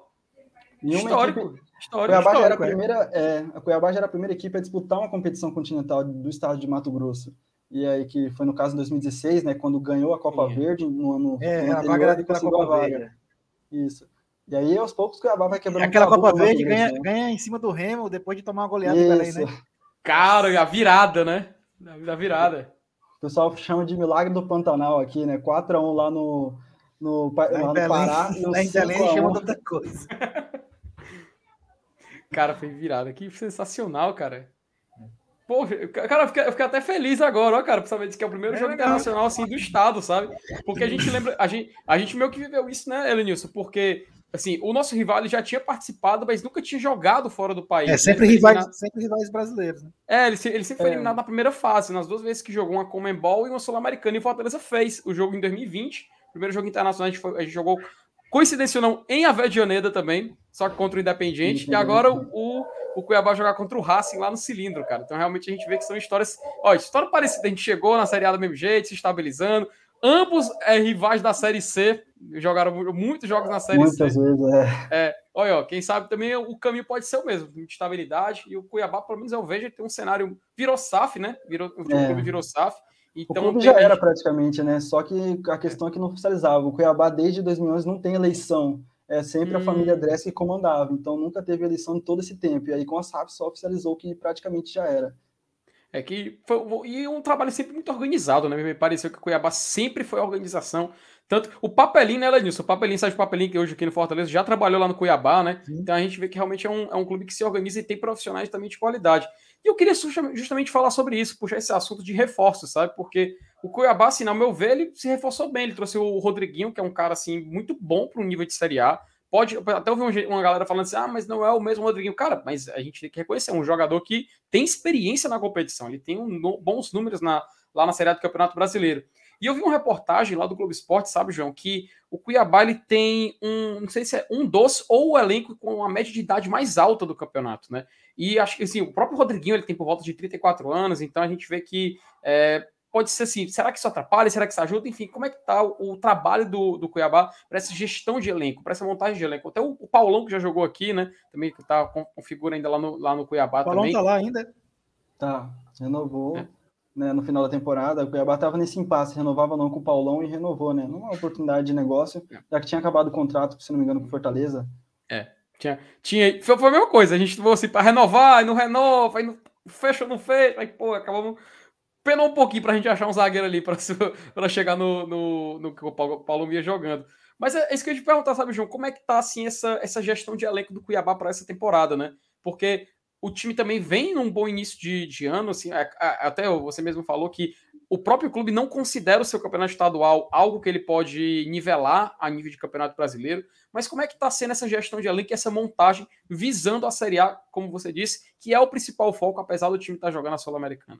E histórico. Equipe... histórico, Cuiabá histórico já era a, primeira, é, a Cuiabá já era a primeira equipe a disputar uma competição continental do estado de Mato Grosso. E aí, que foi no caso em dois mil e dezesseis, né, quando ganhou a Copa Sim. Verde no ano, é, no ano anterior, ele conseguiu a vaga. Verde. Isso. E aí, aos poucos, o Cuiabá vai quebrando aquela um Copa Verde ganha, né? ganha em cima do Remo depois de tomar uma goleada Isso. do Belém, né? Cara, a virada, né? A virada. O pessoal chama de milagre do Pantanal aqui, né? quatro a um lá no, no, lá lá no Belém, Pará. E lá em Belém chama de outra coisa. Cara, foi virada. Que sensacional, cara. Pô, cara, eu fiquei, eu fiquei até feliz agora, ó, cara, pra saber que é o primeiro é jogo legal. internacional, assim, do estado, sabe? Porque a gente lembra, a gente, a gente meio que viveu isso, né, Elenilson? Porque assim, o nosso rival ele já tinha participado, mas nunca tinha jogado fora do país. É, sempre, né? rivais, eliminado... sempre rivais brasileiros. Né? É, ele, ele sempre foi É. eliminado na primeira fase, nas duas vezes que jogou uma Conmebol e uma Sul-Americana, e o Fortaleza fez o jogo em dois mil e vinte. Primeiro jogo internacional, a gente, foi, a gente jogou, coincidência ou não, em Avejaneda também, só que contra o Independiente, e agora o, o Cuiabá vai jogar contra o Racing lá no Cilindro, cara. Então realmente a gente vê que são histórias... Ó, história parecida, a gente chegou na Série A do mesmo jeito, se estabilizando. Ambos é, rivais da Série C, jogaram muitos jogos na Série Muitas C. Muitas vezes, é. é. Olha, ó, quem sabe também o caminho pode ser o mesmo, de estabilidade, e o Cuiabá, pelo menos eu vejo, tem um cenário... Virou S A F, né? Virou, o É. clube virou S A F. Então, o clube já era praticamente, né? Só que a questão é que não oficializava. O Cuiabá, desde dois mil e onze, não tem eleição. É sempre hum. a família Dress que comandava. Então, nunca teve eleição em todo esse tempo. E aí, com a S A F, só oficializou que praticamente já era. É que foi e um trabalho sempre muito organizado, né? Me pareceu que o Cuiabá sempre foi organização. Tanto o Papelinho, né, Lenilson? O Papelinho, Sérgio Papelinho, que hoje aqui no Fortaleza já trabalhou lá no Cuiabá, né? Sim. Então a gente vê que realmente é um, é um clube que se organiza e tem profissionais também de qualidade. E eu queria justamente falar sobre isso, puxar esse assunto de reforço, sabe? Porque o Cuiabá, assim, ao meu ver, ele se reforçou bem. Ele trouxe o Rodriguinho, que é um cara, assim, muito bom para um nível de Série A. Pode, até ouvi uma galera falando assim, ah, mas não é o mesmo Rodriguinho. Cara, mas a gente tem que reconhecer, é um jogador que tem experiência na competição, ele tem um, bons números na, lá na Série A do Campeonato Brasileiro. E eu vi uma reportagem lá do Globo Esporte, sabe, João, que o Cuiabá ele tem um, não sei se é um dos ou o elenco com a média de idade mais alta do campeonato, né? E acho que assim, o próprio Rodriguinho ele tem por volta de trinta e quatro anos, então a gente vê que é, pode ser assim, será que isso atrapalha, será que isso ajuda? Enfim, como é que tá o, o trabalho do, do Cuiabá para essa gestão de elenco, para essa montagem de elenco? Até o, o Paulão, que já jogou aqui, né? Também que tá com, com figura ainda lá no, lá no Cuiabá o Paulão também. tá lá ainda? Tá, renovou. É. Né, no final da temporada, o Cuiabá estava nesse impasse, renovava não com o Paulão e renovou, né? Numa oportunidade de negócio, já que tinha acabado o contrato, se não me engano, com o Fortaleza. É, tinha, tinha, foi a mesma coisa, a gente falou assim, para renovar, aí não renova, aí não fecha, não fecha, aí pô, acabamos penou um pouquinho pra gente achar um zagueiro ali para chegar no, no, no que o Paulo, Paulo ia jogando. Mas é, é isso que eu ia te perguntar, sabe, João, como é que tá assim essa, essa gestão de elenco do Cuiabá para essa temporada, né? Porque o time também vem num bom início de, de ano, assim, até você mesmo falou que o próprio clube não considera o seu campeonato estadual algo que ele pode nivelar a nível de campeonato brasileiro, mas como é que está sendo essa gestão de elenco e essa montagem visando a Série A, como você disse, que é o principal foco, apesar do time estar tá jogando a Sul-Americana?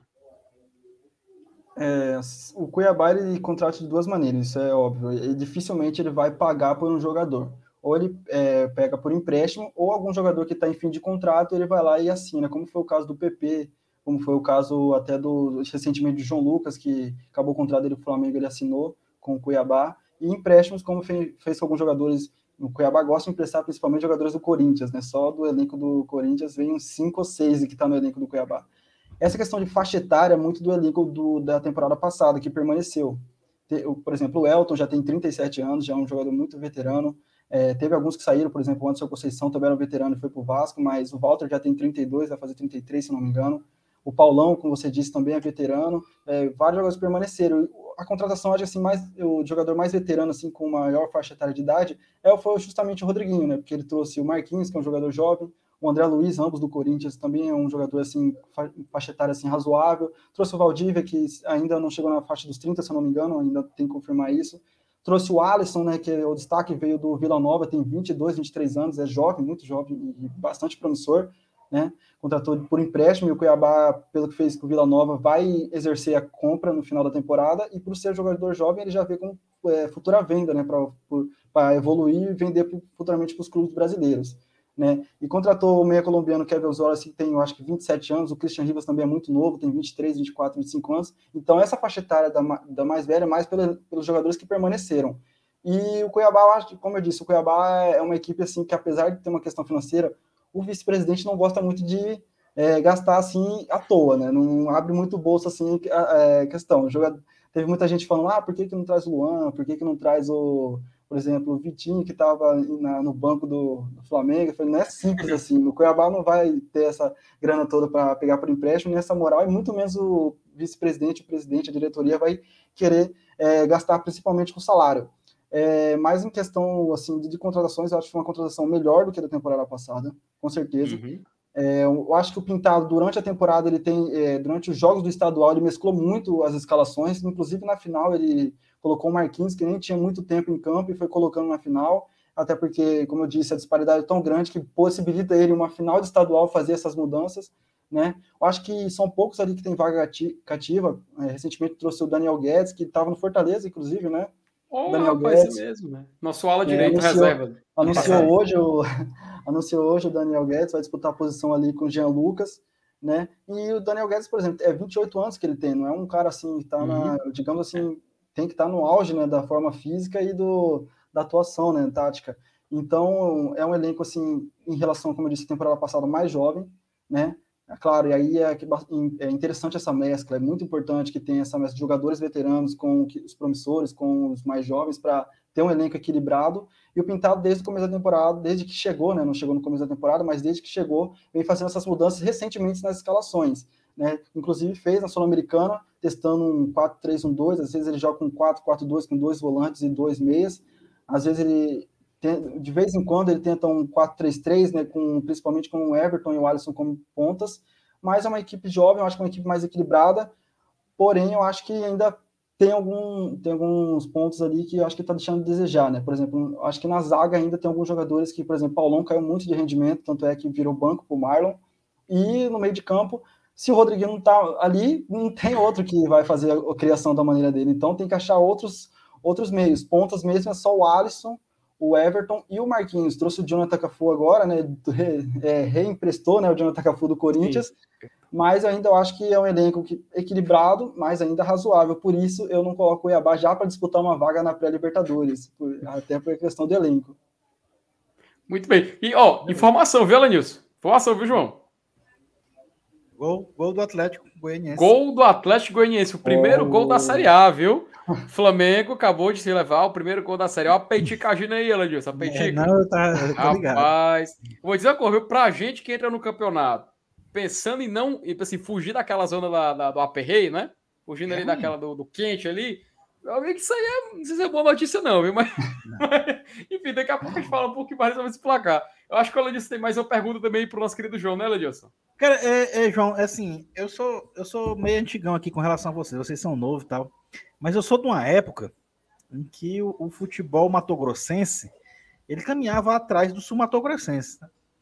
É, o Cuiabá ele contrata de duas maneiras, isso é óbvio, e dificilmente ele vai pagar por um jogador. Ou ele é, pega por empréstimo, ou algum jogador que está em fim de contrato, ele vai lá e assina, como foi o caso do P P, como foi o caso até do recentemente do João Lucas, que acabou o contrato dele com o Flamengo, ele assinou com o Cuiabá, e empréstimos, como fez, fez com alguns jogadores, o Cuiabá gosta de emprestar principalmente jogadores do Corinthians, né? Só do elenco do Corinthians vem uns cinco ou seis que está no elenco do Cuiabá. Essa questão de faixa etária é muito do elenco do, da temporada passada, que permaneceu. Por exemplo, o Elton já tem trinta e sete anos, já é um jogador muito veterano. É, teve alguns que saíram, por exemplo, o Anderson Conceição também era um veterano e foi para o Vasco, mas o Walter já tem trinta e dois, vai fazer trinta e três, se não me engano. O Paulão, como você disse, também é veterano. É, vários jogadores permaneceram. A contratação, acho assim, mais, o jogador mais veterano, assim, com maior faixa etária de idade, é, foi justamente o Rodriguinho, né? Porque ele trouxe o Marquinhos, que é um jogador jovem, o André Luiz, ambos do Corinthians, também é um jogador assim, faixa etária assim, razoável. Trouxe o Valdívia, que ainda não chegou na faixa dos trinta, se eu não me engano, ainda tem que confirmar isso. Trouxe o Alisson, né, que é o destaque, veio do Vila Nova, tem vinte e dois, vinte e três anos, é jovem, muito jovem e bastante promissor, né? Contratou por empréstimo, e o Cuiabá, pelo que fez com o Vila Nova, vai exercer a compra no final da temporada, e por ser jogador jovem, ele já vê como é, futura venda, né, para evoluir e vender futuramente para os clubes brasileiros. Né? E contratou o meia colombiano Kevin Osório, que tem, eu acho que vinte e sete anos, o Christian Rivas também é muito novo, tem vinte e três, vinte e quatro, vinte e cinco anos, então essa faixa etária da, da mais velha é mais pela, pelos jogadores que permaneceram. E o Cuiabá, como eu disse, o Cuiabá é uma equipe assim, que apesar de ter uma questão financeira, o vice-presidente não gosta muito de é, gastar assim à toa, né? Não abre muito bolso assim a, a questão. O jogador, teve muita gente falando, ah, por que, que não traz o Luan, por que, que não traz o... Por exemplo, o Vitinho, que estava no banco do, do Flamengo, eu falei, não é simples assim, o Cuiabá não vai ter essa grana toda para pegar por empréstimo, nem essa moral, e muito menos o vice-presidente, o presidente, a diretoria vai querer é, gastar principalmente com salário. É, mas em questão assim, de, de contratações, eu acho que foi uma contratação melhor do que a da temporada passada, com certeza. Uhum. É, eu acho que o Pintado, durante a temporada, ele tem, é, durante os jogos do estadual, ele mesclou muito as escalações, inclusive na final ele colocou o Marquinhos, que nem tinha muito tempo em campo, e foi colocando na final. até porque, como eu disse, a disparidade é tão grande que possibilita ele, uma final de estadual, fazer essas mudanças, né? Eu acho que são poucos ali que tem vaga cativa. É, recentemente trouxe o Daniel Guedes, que estava no Fortaleza, inclusive, né? Oh, Daniel rapaz, Guedes. É mesmo, né? Nosso ala É, direito anunciou, reserva. Anunciou hoje, o, anunciou hoje o Daniel Guedes, vai disputar a posição ali com o Jean Lucas, né? E o Daniel Guedes, por exemplo, é vinte e oito anos que ele tem, não é um cara assim, que tá na, uhum. digamos assim, tem que estar tá no auge, né, da forma física e do, da atuação, né, tática. Então, é um elenco, assim, em relação, como eu disse, a temporada passada, mais jovem, né? É claro, e aí é, é interessante essa mescla, é muito importante que tenha essa mescla de jogadores veteranos com os promissores, com os mais jovens, para ter um elenco equilibrado. E o Pintado, desde o começo da temporada, desde que chegou, né, não chegou no começo da temporada, mas desde que chegou, vem fazendo essas mudanças recentemente nas escalações, né? Inclusive fez na Sul-Americana, testando um quatro três um dois, às vezes ele joga com quatro quatro dois, com dois volantes e dois meias, às vezes ele, tem, de vez em quando, ele tenta um quatro três três, né, com, principalmente com o Everton e o Alisson como pontas, mas é uma equipe jovem, eu acho que é uma equipe mais equilibrada, porém eu acho que ainda tem, algum, tem alguns pontos ali que eu acho que está deixando de desejar, né? Por exemplo, eu acho que na zaga ainda tem alguns jogadores que, por exemplo, Paulão caiu muito de rendimento, tanto é que virou banco para o Marlon, e no meio de campo, se o Rodriguinho não está ali, não tem outro que vai fazer a criação da maneira dele, então tem que achar outros, outros meios, pontas mesmo é só o Alisson, o Everton e o Marquinhos. Trouxe o Jonathan Cafu agora, né? Re, é, reemprestou, né, o Jonathan Cafu do Corinthians, sim, mas ainda eu acho que é um elenco que, equilibrado, mas ainda razoável. Por isso, eu não coloco o Cuiabá já para disputar uma vaga na pré-Libertadores, por, até por questão do elenco. Muito bem. E, ó, informação, viu, Elenilson? Informação, viu, João? Gol, gol do Atlético Goianiense. Gol do Atlético Goianiense. O primeiro oh. gol da Série A, viu? Flamengo acabou de se levar o primeiro gol da Série A. Olha a peiticagem aí, Elenilson. A peitica. É, não, eu, tá, eu tô ligado. Rapaz, vou dizer uma coisa, viu? Pra gente que entra no campeonato, pensando em não, assim, fugir daquela zona da, da, do aperreio, né? Fugindo é ali ruim. daquela do, do quente ali. Eu vi que isso aí é, não sei se é boa notícia não, viu? Mas, mas enfim, daqui a pouco a gente fala um pouquinho mais sobre esse placar. Eu acho que o Elenilson tem mais uma pergunta também pro nosso querido João, né, Elenilson? Cara, é, é, João, é assim, eu sou, eu sou meio antigão aqui com relação a vocês, vocês são novos e tal, mas eu sou de uma época em que o, o futebol matogrossense, ele caminhava atrás do sul-matogrossense.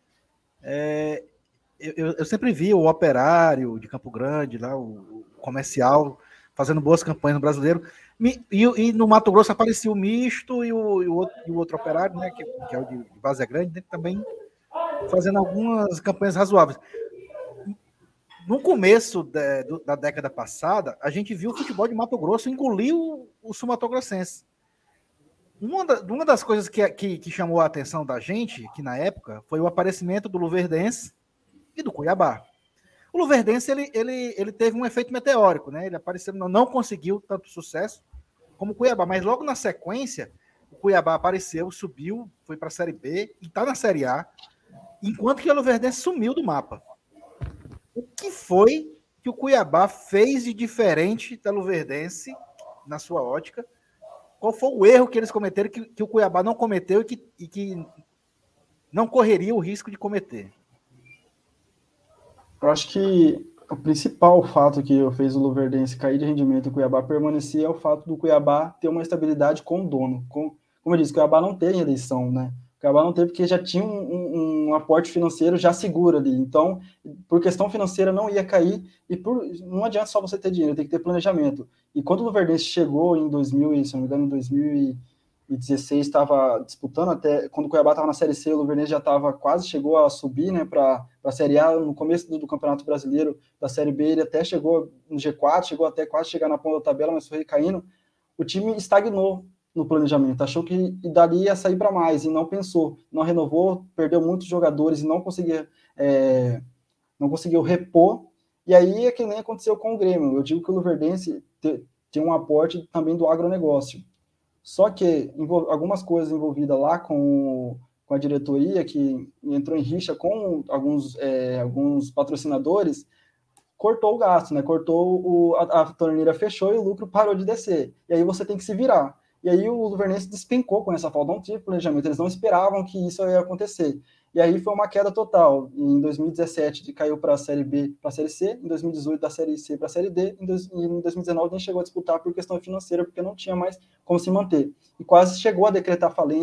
É, eu, eu sempre vi o Operário de Campo Grande, lá, o, o Comercial, fazendo boas campanhas no Brasileiro, e, e no Mato Grosso aparecia o Misto e o, e o, outro, e o outro Operário, né, que, que é o de Várzea Grande, né, também fazendo algumas campanhas razoáveis. No começo de, do, da década passada, a gente viu o futebol de Mato Grosso engolir o, o sul-matogrossense. Uma, da, uma das coisas que, que, que chamou a atenção da gente, que na época, foi o aparecimento do Luverdense e do Cuiabá. O Luverdense, ele, ele, ele teve um efeito meteórico, né? Ele apareceu, não, não conseguiu tanto sucesso como o Cuiabá, mas logo na sequência, o Cuiabá apareceu, subiu, foi para a Série B e está na Série A, enquanto que o Luverdense sumiu do mapa. O que foi que o Cuiabá fez de diferente da Luverdense, na sua ótica? Qual foi o erro que eles cometeram que, que o Cuiabá não cometeu e que, e que não correria o risco de cometer? Eu acho que o principal fato que fez o Luverdense cair de rendimento e o Cuiabá permanecer é o fato do Cuiabá ter uma estabilidade com o dono. Com, como eu disse, o Cuiabá não tem eleição, né? O Cuiabá não teve porque já tinha um, um, um aporte financeiro já seguro ali. Então, por questão financeira, não ia cair. E por, não adianta só você ter dinheiro, tem que ter planejamento. E quando o Luverdense chegou em dois mil, se não me engano, em dois mil e dezesseis, estava disputando até... Quando o Cuiabá estava na Série C, o Luverdense já estava quase, chegou a subir, né, para a Série A. No começo do, do Campeonato Brasileiro, da Série B, ele até chegou no G quatro, chegou até quase chegar na ponta da tabela, mas foi recaindo. O time estagnou no planejamento, achou que dali ia sair para mais, e não pensou, não renovou, perdeu muitos jogadores e não conseguia, é, não conseguiu repor, e aí é que nem aconteceu com o Grêmio. Eu digo que o Luverdense te, tem um aporte também do agronegócio, só que envol, algumas coisas envolvidas lá com, com a diretoria, que entrou em rixa com alguns, é, alguns patrocinadores, cortou o gasto, né? Cortou o, a, a torneira fechou e o lucro parou de descer, e aí você tem que se virar. E aí o Luverdense despencou com essa falta, não tinha planejamento, eles não esperavam que isso ia acontecer. E aí foi uma queda total. Em dois mil e dezessete caiu para a Série B, para a Série C, em dois mil e dezoito da Série C para a Série D, em, dois, em dois mil e dezenove nem chegou a disputar por questão financeira, porque não tinha mais como se manter. E quase chegou a decretar falência,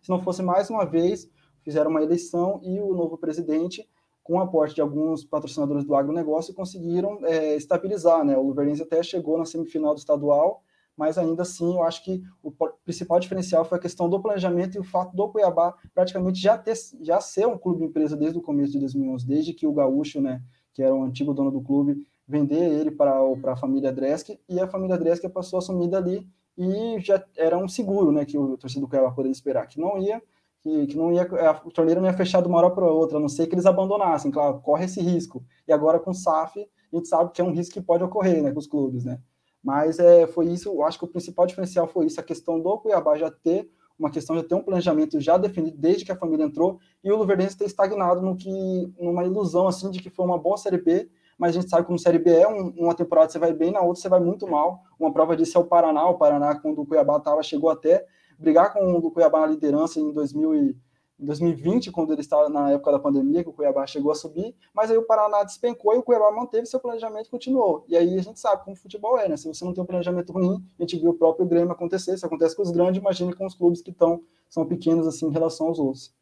se não fosse mais uma vez, fizeram uma eleição e o novo presidente, com o aporte de alguns patrocinadores do agronegócio, conseguiram é, estabilizar, né? O Luverdense até chegou na semifinal do estadual, mas ainda assim eu acho que o principal diferencial foi a questão do planejamento e o fato do Cuiabá praticamente já, ter, já ser um clube empresa desde o começo de dois mil e onze, desde que o Gaúcho, né, que era o antigo dono do clube, vender ele para a família Dreske, e a família Dreske passou a assumir dali, e já era um seguro, né, que o torcedor do Cuiabá poderia esperar, que não ia Que, que não ia, a torneira não ia fechar de uma hora para outra, a não ser que eles abandonassem, claro, corre esse risco. E agora com o S A F, a gente sabe que é um risco que pode ocorrer, né, com os clubes, né. Mas é, foi isso, eu acho que o principal diferencial foi isso, a questão do Cuiabá já ter uma questão, já ter um planejamento já definido desde que a família entrou, e o Luverdense ter estagnado no que, numa ilusão, assim, de que foi uma boa Série B, mas a gente sabe como Série B é, um, uma temporada você vai bem, na outra você vai muito mal. Uma prova disso é o Paraná, o Paraná, quando o Cuiabá tava, chegou até brigar com o Cuiabá na liderança em dois mil e vinte, quando ele estava na época da pandemia, que o Cuiabá chegou a subir, mas aí o Paraná despencou e o Cuiabá manteve seu planejamento e continuou. E aí a gente sabe como o futebol é, né? Se você não tem um planejamento ruim, a gente viu o próprio Grêmio acontecer, se acontece com os grandes, imagine com os clubes que estão, são pequenos assim em relação aos outros.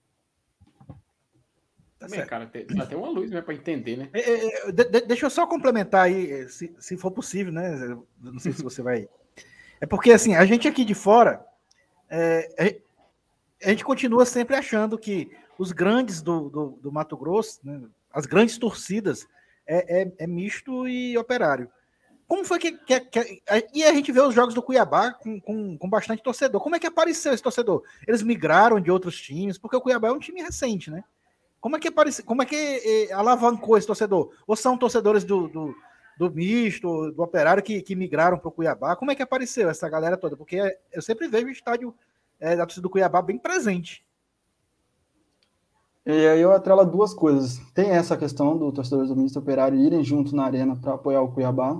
Também, cara, tem, tem uma luz, né, para entender, né? É, é, de, de, deixa eu só complementar aí, se, se for possível, né? Eu não sei se você vai. É porque, assim, a gente aqui de fora, é, a gente continua sempre achando que os grandes do, do, do Mato Grosso, né, as grandes torcidas, é, é, é misto e operário. Como foi que, que, que... E a gente vê os jogos do Cuiabá com, com, com bastante torcedor. Como é que apareceu esse torcedor? Eles migraram de outros times, porque o Cuiabá é um time recente, né? Como é que apareceu, como é que eh, alavancou esse torcedor? Ou são torcedores do, do, do misto, do operário que, que migraram para o Cuiabá? Como é que apareceu essa galera toda? Porque eu sempre vejo o estádio é, da torcida do Cuiabá bem presente. E aí eu atrelo duas coisas. Tem essa questão do torcedores do misto operário irem junto na arena para apoiar o Cuiabá,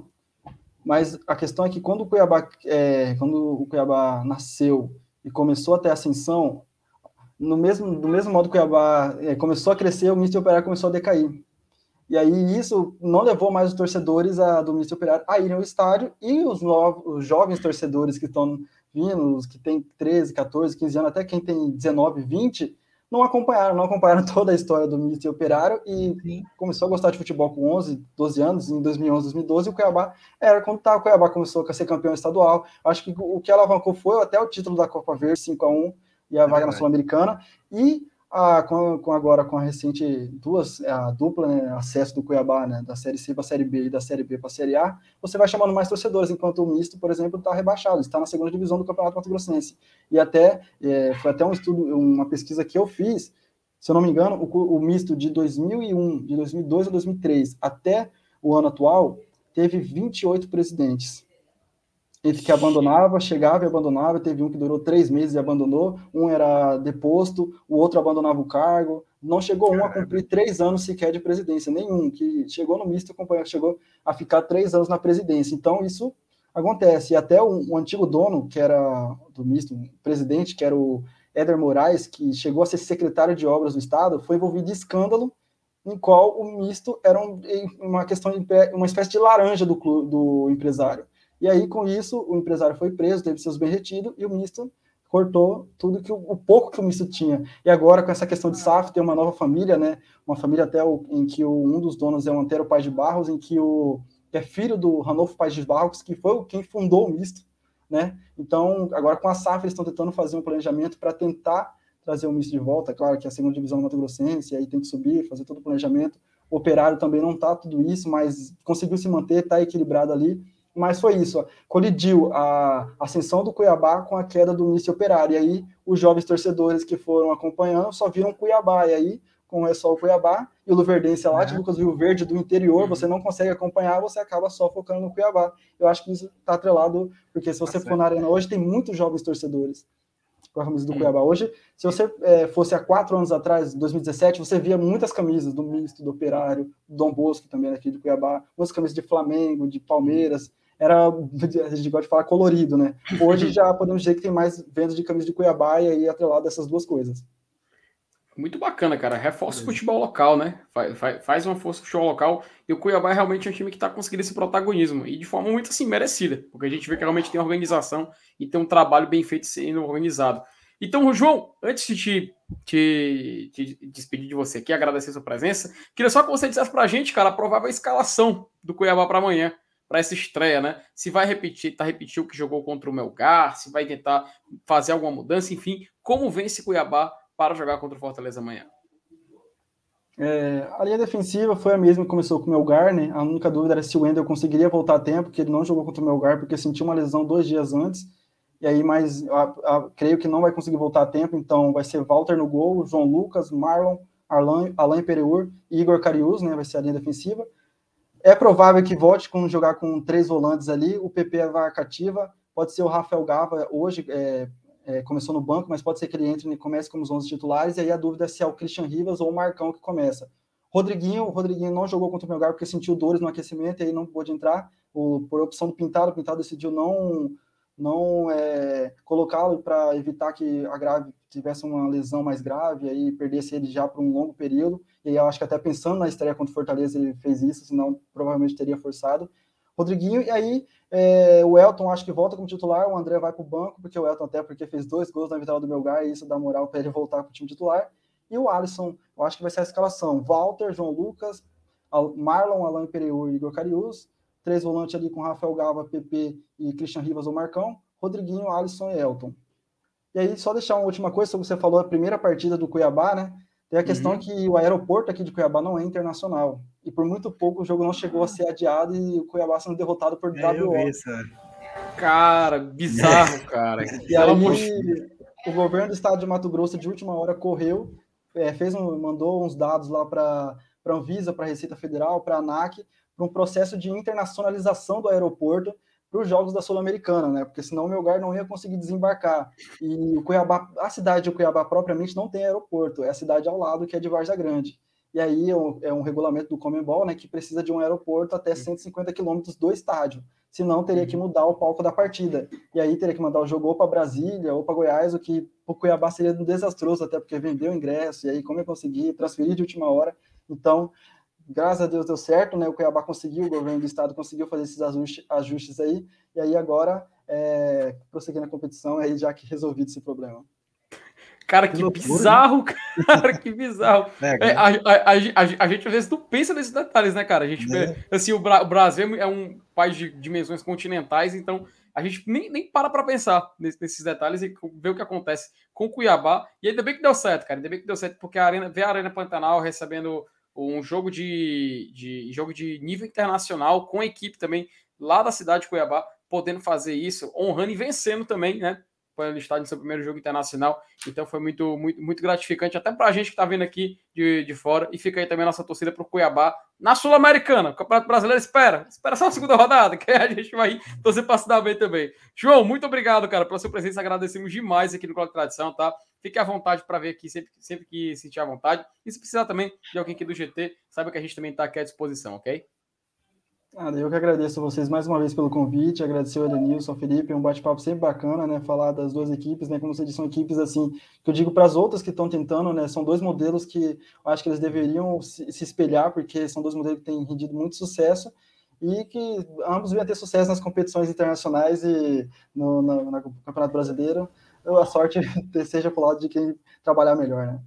mas a questão é que quando o Cuiabá, é, quando o Cuiabá nasceu e começou a ter ascensão, no mesmo, do mesmo modo que o Cuiabá é, começou a crescer, o misto operário começou a decair. E aí isso não levou mais os torcedores a, do misto operário a irem ao estádio, e os, novos, os jovens torcedores que estão vindo, os que têm treze, quatorze, quinze anos, até quem tem dezenove, vinte, não acompanharam, não acompanharam toda a história do misto e operário, e Sim. começou a gostar de futebol com onze, doze anos, em dois mil e onze, dois mil e doze, e o Cuiabá era quando tá, o Cuiabá começou a ser campeão estadual. Acho que o que alavancou foi até o título da Copa Verde, cinco a um, e a é vaga verdade. Na Sul-Americana, e a, com, com agora com a recente duas, a dupla, né, acesso do Cuiabá, né, da Série C para a Série B e da Série B para a Série A, você vai chamando mais torcedores, enquanto o misto, por exemplo, está rebaixado, está na segunda divisão do Campeonato Mato Grossense. E até, é, foi até um estudo, uma pesquisa que eu fiz, se eu não me engano, o, o misto de dois mil e um, de dois mil e dois a dois mil e três, até o ano atual, teve vinte e oito presidentes. Entre que abandonava, chegava e abandonava, teve um que durou três meses e abandonou, um era deposto, o outro abandonava o cargo, não chegou um a cumprir três anos sequer de presidência, nenhum, que chegou no misto, chegou a ficar três anos na presidência. Então isso acontece, e até o, o antigo dono, que era do misto, o presidente, que era o Éder Moraes, que chegou a ser secretário de obras do estado, foi envolvido em escândalo, em qual o misto era um, uma questão de uma espécie de laranja do, do empresário. E aí, com isso, o empresário foi preso, teve seus bens retidos, e o misto cortou tudo que o, o pouco que o misto tinha. E agora, com essa questão de S A F, tem uma nova família, né? Uma família até o, em que o, um dos donos é o Antero Paz de Barros, em que o que é filho do Ranolfo Paz de Barros, que foi quem fundou o misto, né? Então, agora com a S A F, eles estão tentando fazer um planejamento para tentar trazer o misto de volta. Claro que é a segunda divisão do Mato Grossense, aí tem que subir, fazer todo o planejamento. O Operário também não está tudo isso, mas conseguiu se manter, está equilibrado ali. Mas foi isso, ó. Colidiu a ascensão do Cuiabá com a queda do misto Operário. E aí, os jovens torcedores que foram acompanhando só viram Cuiabá. E aí, como é só o Cuiabá, e o Luverdense é lá de Lucas Rio Verde, do interior, você não consegue acompanhar, você acaba só focando no Cuiabá. Eu acho que isso está atrelado, porque se você tá for na arena hoje, tem muitos jovens torcedores com a camisa do hum. Cuiabá. Hoje, se você é, fosse há quatro anos atrás, dois mil e dezessete, você via muitas camisas do misto, do Operário, do Dom Bosco também aqui de Cuiabá, muitas camisas de Flamengo, de Palmeiras. Era, a gente gosta de falar colorido, né? Hoje já podemos dizer que tem mais vendas de camisa de Cuiabá, e aí atrelado dessas duas coisas. Muito bacana, cara. Reforça o futebol local, né? Faz, faz, faz uma força o futebol local. E o Cuiabá é realmente um time que está conseguindo esse protagonismo. E de forma muito assim, merecida. Porque a gente vê que realmente tem organização e tem um trabalho bem feito sendo organizado. Então, João, antes de te, te, te despedir de você aqui, agradecer a sua presença, queria só que você dissesse pra gente, cara, a provável escalação do Cuiabá para amanhã, para essa estreia, né? Se vai repetir, tá repetir o que jogou contra o Melgar, se vai tentar fazer alguma mudança, enfim, como vem esse Cuiabá para jogar contra o Fortaleza amanhã? É, a linha defensiva foi a mesma que começou com o Melgar, né? A única dúvida era se o Wendel conseguiria voltar a tempo, porque ele não jogou contra o Melgar porque sentiu uma lesão dois dias antes. E aí, mas a, a, creio que não vai conseguir voltar a tempo, então vai ser Walter no gol, João Lucas, Marlon, Arlan, Alain Pereur e Igor Cariús, né? Vai ser a linha defensiva. É provável que volte com jogar com três volantes ali, o P P é vaga cativa, pode ser o Rafael Gava hoje, é, é, começou no banco, mas pode ser que ele entre e comece como os onze titulares, e aí a dúvida é se é o Christian Rivas ou o Marcão que começa. Rodriguinho, o Rodriguinho não jogou contra o Melgar porque sentiu dores no aquecimento e aí não pôde entrar, o, por opção do Pintado, o Pintado decidiu não... não é, colocá-lo para evitar que a grave tivesse uma lesão mais grave, e aí perdesse ele já por um longo período, e aí eu acho que até pensando na estreia contra o Fortaleza ele fez isso, senão provavelmente teria forçado. Rodriguinho, e aí é, o Elton acho que volta como titular, o André vai para o banco, porque o Elton até porque fez dois gols na vitória do Melgar, e isso dá moral para ele voltar para o time titular, e o Alisson, eu acho que vai ser a escalação, Walter, João Lucas, Marlon, Alain Pereur e Igor Cariús, três volantes ali com Rafael Gava, P P e Christian Rivas ou Marcão, Rodriguinho, Alisson e Elton. E aí, só deixar uma última coisa, sobre o que você falou, a primeira partida do Cuiabá, né? Tem a questão uhum. que o aeroporto aqui de Cuiabá não é internacional. E por muito pouco o jogo não chegou a ser adiado e o Cuiabá sendo derrotado por é, W O. Eu vi, cara, bizarro, cara. E aí, o governo do estado de Mato Grosso, de última hora, correu, é, fez um, mandou uns dados lá para a Anvisa, para a Receita Federal, para a ANAC, para um processo de internacionalização do aeroporto para os Jogos da Sul-Americana, né? Porque senão o Melgar não ia conseguir desembarcar. E o Cuiabá, a cidade de Cuiabá propriamente não tem aeroporto, é a cidade ao lado, que é de Várzea Grande. E aí é um, é um regulamento do Conmebol, né, que precisa de um aeroporto até cento e cinquenta quilômetros do estádio. Senão teria que mudar o palco da partida. E aí teria que mandar o jogo ou para Brasília ou para Goiás, o que para o Cuiabá seria desastroso, até porque vendeu o ingresso, e aí como eu consegui transferir de última hora. Então, graças a Deus deu certo, né? O Cuiabá conseguiu, o governo do estado conseguiu fazer esses ajustes, ajustes aí, e aí agora é, prosseguir na competição, aí já que resolvido esse problema. Cara, que, que loucura, bizarro, né? Cara, que bizarro. É, a, a, a, a, a gente às vezes não pensa nesses detalhes, né, cara? A gente, é. assim, o, Bra- o Brasil é um país de dimensões continentais, então a gente nem, nem para para pensar nesses detalhes e ver o que acontece com o Cuiabá. E ainda bem que deu certo, cara. Ainda bem que deu certo, porque a Arena, ver a Arena Pantanal recebendo um jogo de, de jogo de nível internacional, com a equipe também lá da cidade de Cuiabá, podendo fazer isso, honrando e vencendo também, né? Foi no estádio no seu primeiro jogo internacional, então foi muito, muito, muito gratificante, até pra gente que tá vendo aqui de, de fora, e fica aí também a nossa torcida pro Cuiabá na Sul-Americana. O Campeonato Brasileiro espera, espera só a segunda rodada, que a gente vai torcer pra se dar bem também. João, muito obrigado, cara, pela sua presença, agradecemos demais aqui no Cláudio Tradição, tá? Fique à vontade para ver aqui sempre, sempre que sentir à vontade, e se precisar também de alguém aqui do G T, saiba que a gente também tá aqui à disposição, ok? Ah, eu que agradeço a vocês mais uma vez pelo convite, agradecer ao Elenilson, ao Felipe, um bate-papo sempre bacana, né, falar das duas equipes, né, como você disse, são equipes assim, que eu digo para as outras que estão tentando, né, são dois modelos que eu acho que eles deveriam se, se espelhar, porque são dois modelos que têm rendido muito sucesso, e que ambos venham ter sucesso nas competições internacionais e no, no, no Campeonato Brasileiro, a sorte seja pro lado de quem trabalhar melhor, né.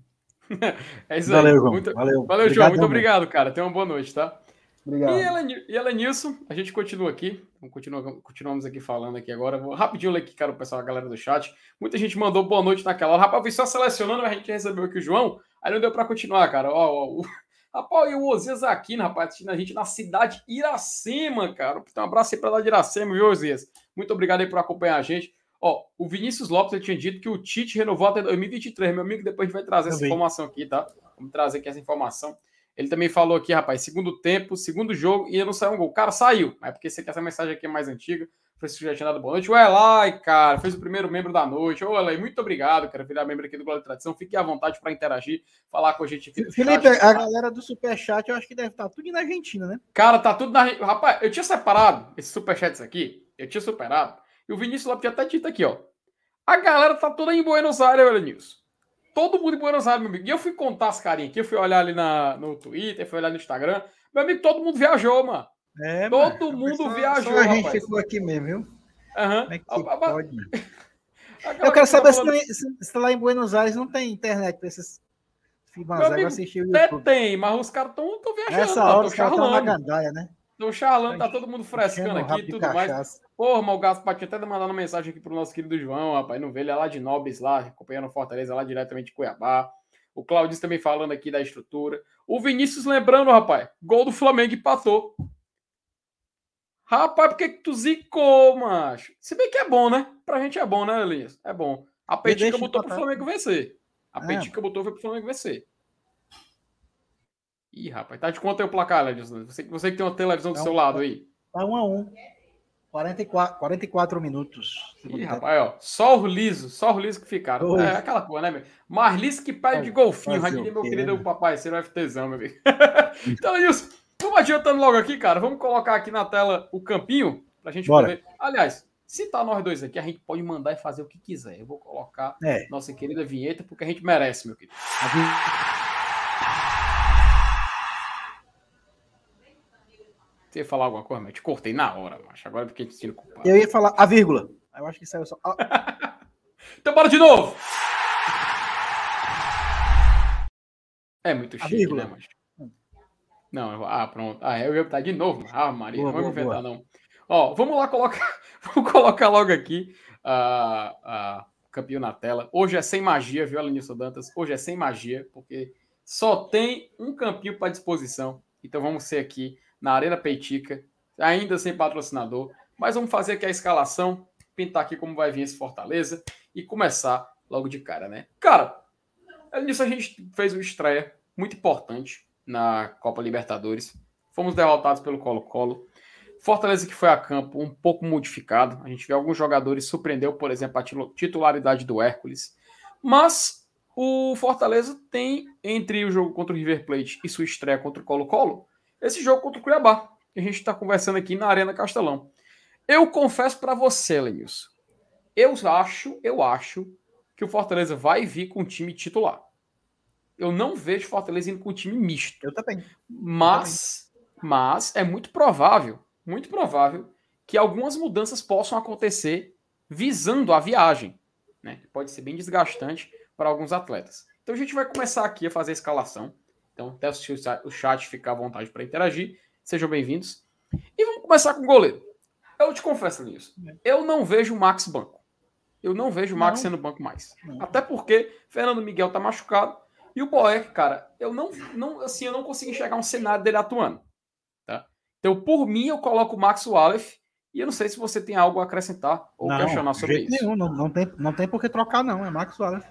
É isso valeu, aí. João. Muito... Valeu, valeu João, muito obrigado, cara, tenha uma boa noite, tá? Obrigado. E Elenilson, a gente continua aqui, continua, continuamos aqui falando aqui agora. Vou rapidinho ler aqui, cara, o pessoal, a galera do chat. Muita gente mandou boa noite naquela hora. Rapaz, eu fui só selecionando, mas a gente recebeu aqui o João, aí não deu pra continuar, cara. Ó, ó, o... Rapaz, e o Osias aqui, rapaz, assistindo a gente na cidade Iracema, cara. Então, um abraço aí pra lá de Iracema, viu, Osias? Muito obrigado aí por acompanhar a gente. Ó, o Vinícius Lopes, ele tinha dito que o Tite renovou até dois mil e vinte e três, meu amigo, depois a gente vai trazer eu essa vi. informação aqui, tá? Vamos trazer aqui essa informação. Ele também falou aqui, rapaz, segundo tempo, segundo jogo, e não saiu um gol. Cara, saiu. Mas é porque essa mensagem aqui é mais antiga. Francisco já tinha dado boa noite. O Elai, cara, fez o primeiro membro da noite. Ô, Elai, muito obrigado, cara, virar membro aqui do Glória e Tradição. Fique à vontade para interagir, falar com a gente aqui do Felipe, chat. a galera do Superchat, eu acho que deve estar tudo na Argentina, né? Cara, tá tudo na... Rapaz, eu tinha separado esses Superchats aqui. Eu tinha superado. E o Vinícius Lopes já até dito aqui, ó. A galera tá toda em Buenos Aires, Elenilson. Todo mundo em Buenos Aires, meu amigo. E eu fui contar as carinhas aqui, eu fui olhar ali na, no Twitter, fui olhar no Instagram. Meu amigo, todo mundo viajou, mano. É, todo mano, mundo só, viajou, só a gente rapaz. ficou aqui mesmo, viu? Uhum. Como é que pode, mano? Eu quero saber tá falando... se, se, se lá em Buenos Aires não tem internet para esses filmes assistir o YouTube. Tem, mas os caras estão viajando. Nessa hora os caras estão na gandaia, né? Estão charlando, tá todo mundo frescando aqui e tudo mais. Porra, mas o Gaspar tinha até mandando mensagem aqui pro nosso querido João, rapaz, não vê ele é lá de Nobres, lá, acompanhando Fortaleza, lá diretamente de Cuiabá. O Claudio também falando aqui da estrutura. O Vinícius lembrando, rapaz, gol do Flamengo empatou. Rapaz, por que que tu zicou, macho? Se bem que é bom, né? Pra gente é bom, né, Elias? É bom. A Petica botou pro Flamengo vencer. A é. Petica botou pro Flamengo vencer. Ih, rapaz, tá de quanto é o placar, Elias? Você, você que tem uma televisão do é seu um, lado aí. Tá um a um. quarenta e quatro, quarenta e quatro minutos. Ih, rapaz, ó. Só o liso, só o liso que ficaram. Oi. É aquela coisa, né, meu? Mais liso que pé de golfinho. Já diria meu querido né? papai, será o FTzão, meu amigo. Então, Nilson, vamos adiantando logo aqui, cara. Vamos colocar aqui na tela o campinho pra gente Bora. poder. Aliás, se tá nós dois aqui, a gente pode mandar e fazer o que quiser. Eu vou colocar é. nossa querida vinheta, porque a gente merece, meu querido. Você ia falar alguma coisa, mas eu te cortei na hora, macho. Agora eu fiquei te sentindo culpado. Eu ia falar a vírgula. Eu acho que saiu só. Ah. Então bora de novo! É muito chique, né, macho? Não, ah, pronto. Ah, eu ia botar de novo. Ah, Maria, boa, não vou inventar, boa. não. Ó, vamos lá colocar. Vamos colocar logo aqui a uh, uh, campeão na tela. Hoje é sem magia, viu, Alenilson Dantas? Hoje é sem magia, porque só tem um campinho para disposição. Então vamos ser aqui na Arena Peitica, ainda sem patrocinador, mas vamos fazer aqui a escalação, pintar aqui como vai vir esse Fortaleza e começar logo de cara, né? Cara, nisso a gente fez uma estreia muito importante na Copa Libertadores. Fomos derrotados pelo Colo-Colo. Fortaleza que foi a campo um pouco modificado. A gente vê alguns jogadores, surpreendeu, por exemplo, a titularidade do Hércules. Mas o Fortaleza tem, entre o jogo contra o River Plate e sua estreia contra o Colo-Colo, esse jogo contra o Cuiabá, que a gente está conversando aqui na Arena Castelão. Eu confesso para você, Lenilson, eu acho, eu acho que o Fortaleza vai vir com o time titular. Eu não vejo o Fortaleza indo com o time misto. Eu também. Mas, eu também. mas é muito provável, muito provável que algumas mudanças possam acontecer visando a viagem, né? Pode ser bem desgastante para alguns atletas. Então a gente vai começar aqui a fazer a escalação. Então, até o chat ficar à vontade para interagir. Sejam bem-vindos. E vamos começar com o goleiro. Eu te confesso nisso. Eu não vejo o Max banco. Eu não vejo o Max não. sendo banco mais. Não. Até porque Fernando Miguel tá machucado. E o Boeck, cara, eu não, não, assim, eu não consigo enxergar um cenário dele atuando. Tá? Então, por mim, eu coloco o Max Wallace. E eu não sei se você tem algo a acrescentar ou não, questionar sobre jeito isso. Nenhum, não, não, tem, não tem por que trocar, não. É Max Wallace.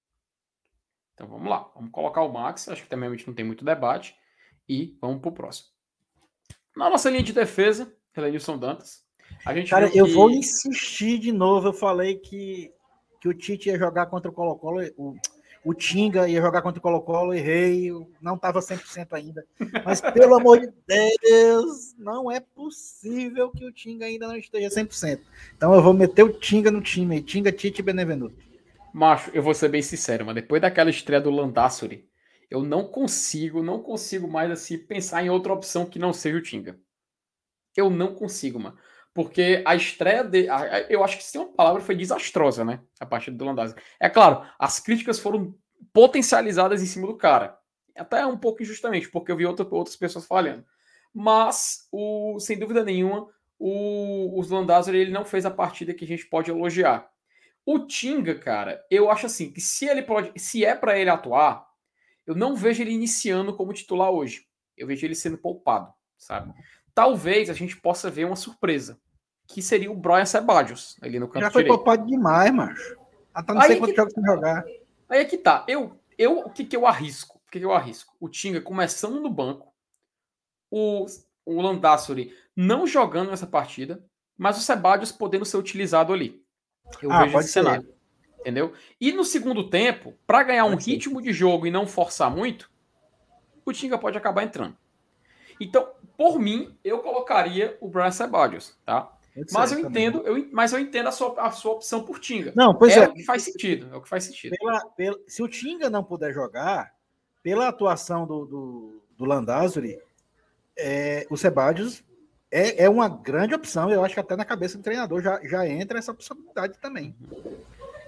Então vamos lá, vamos colocar o Max, acho que também a gente não tem muito debate, e vamos pro próximo. Na nossa linha de defesa, Helenilson Dantas, a gente Cara, que... eu vou insistir de novo, eu falei que, que o Tite ia jogar contra o Colo-Colo, o, o Tinga ia jogar contra o Colo-Colo, errei, não estava cem por cento ainda, mas pelo amor de Deus, não é possível que o Tinga ainda não esteja cem por cento. Então eu vou meter o Tinga no time, Tinga, Tite e Benevenuto. Macho, eu vou ser bem sincero, mas depois daquela estreia do Landassuri, eu não consigo, não consigo mais assim pensar em outra opção que não seja o Tinga. Eu não consigo, mano. Porque a estreia de... Eu acho que se tem uma palavra foi desastrosa, né? A partir do Landassuri. É claro, as críticas foram potencializadas em cima do cara. Até um pouco injustamente, porque eu vi outra, outras pessoas falando. Mas, o, sem dúvida nenhuma, o, o Landassuri, ele não fez a partida que a gente pode elogiar. O Tinga, cara, eu acho assim, que se ele pode, se é para ele atuar, eu não vejo ele iniciando como titular hoje. Eu vejo ele sendo poupado, sabe? Talvez a gente possa ver uma surpresa, que seria o Brian Sebadios ali no canto Já foi direito. poupado demais, macho. Até não sei quantos jogos tem jogar. Aí é que tá. Eu, eu, o que que eu arrisco? O que que eu arrisco? O Tinga começando no banco, o, o Landassuri não jogando nessa partida, mas o Sebadios podendo ser utilizado ali. Eu ah, vejo esse ser. cenário, entendeu? E no segundo tempo, para ganhar pode um ser. ritmo de jogo e não forçar muito, o Tinga pode acabar entrando. Então, por mim, eu colocaria o Brian Sebadios, tá? Pode mas eu entendo, eu, mas eu entendo a sua, a sua opção por Tinga. Não, pois é, é o que faz sentido, é o que faz sentido. Pela, pela, se o Tinga não puder jogar, pela atuação do, do, do Landassuri, é, o Sebadios É, é uma grande opção, eu acho que até na cabeça do treinador já, já entra essa possibilidade também.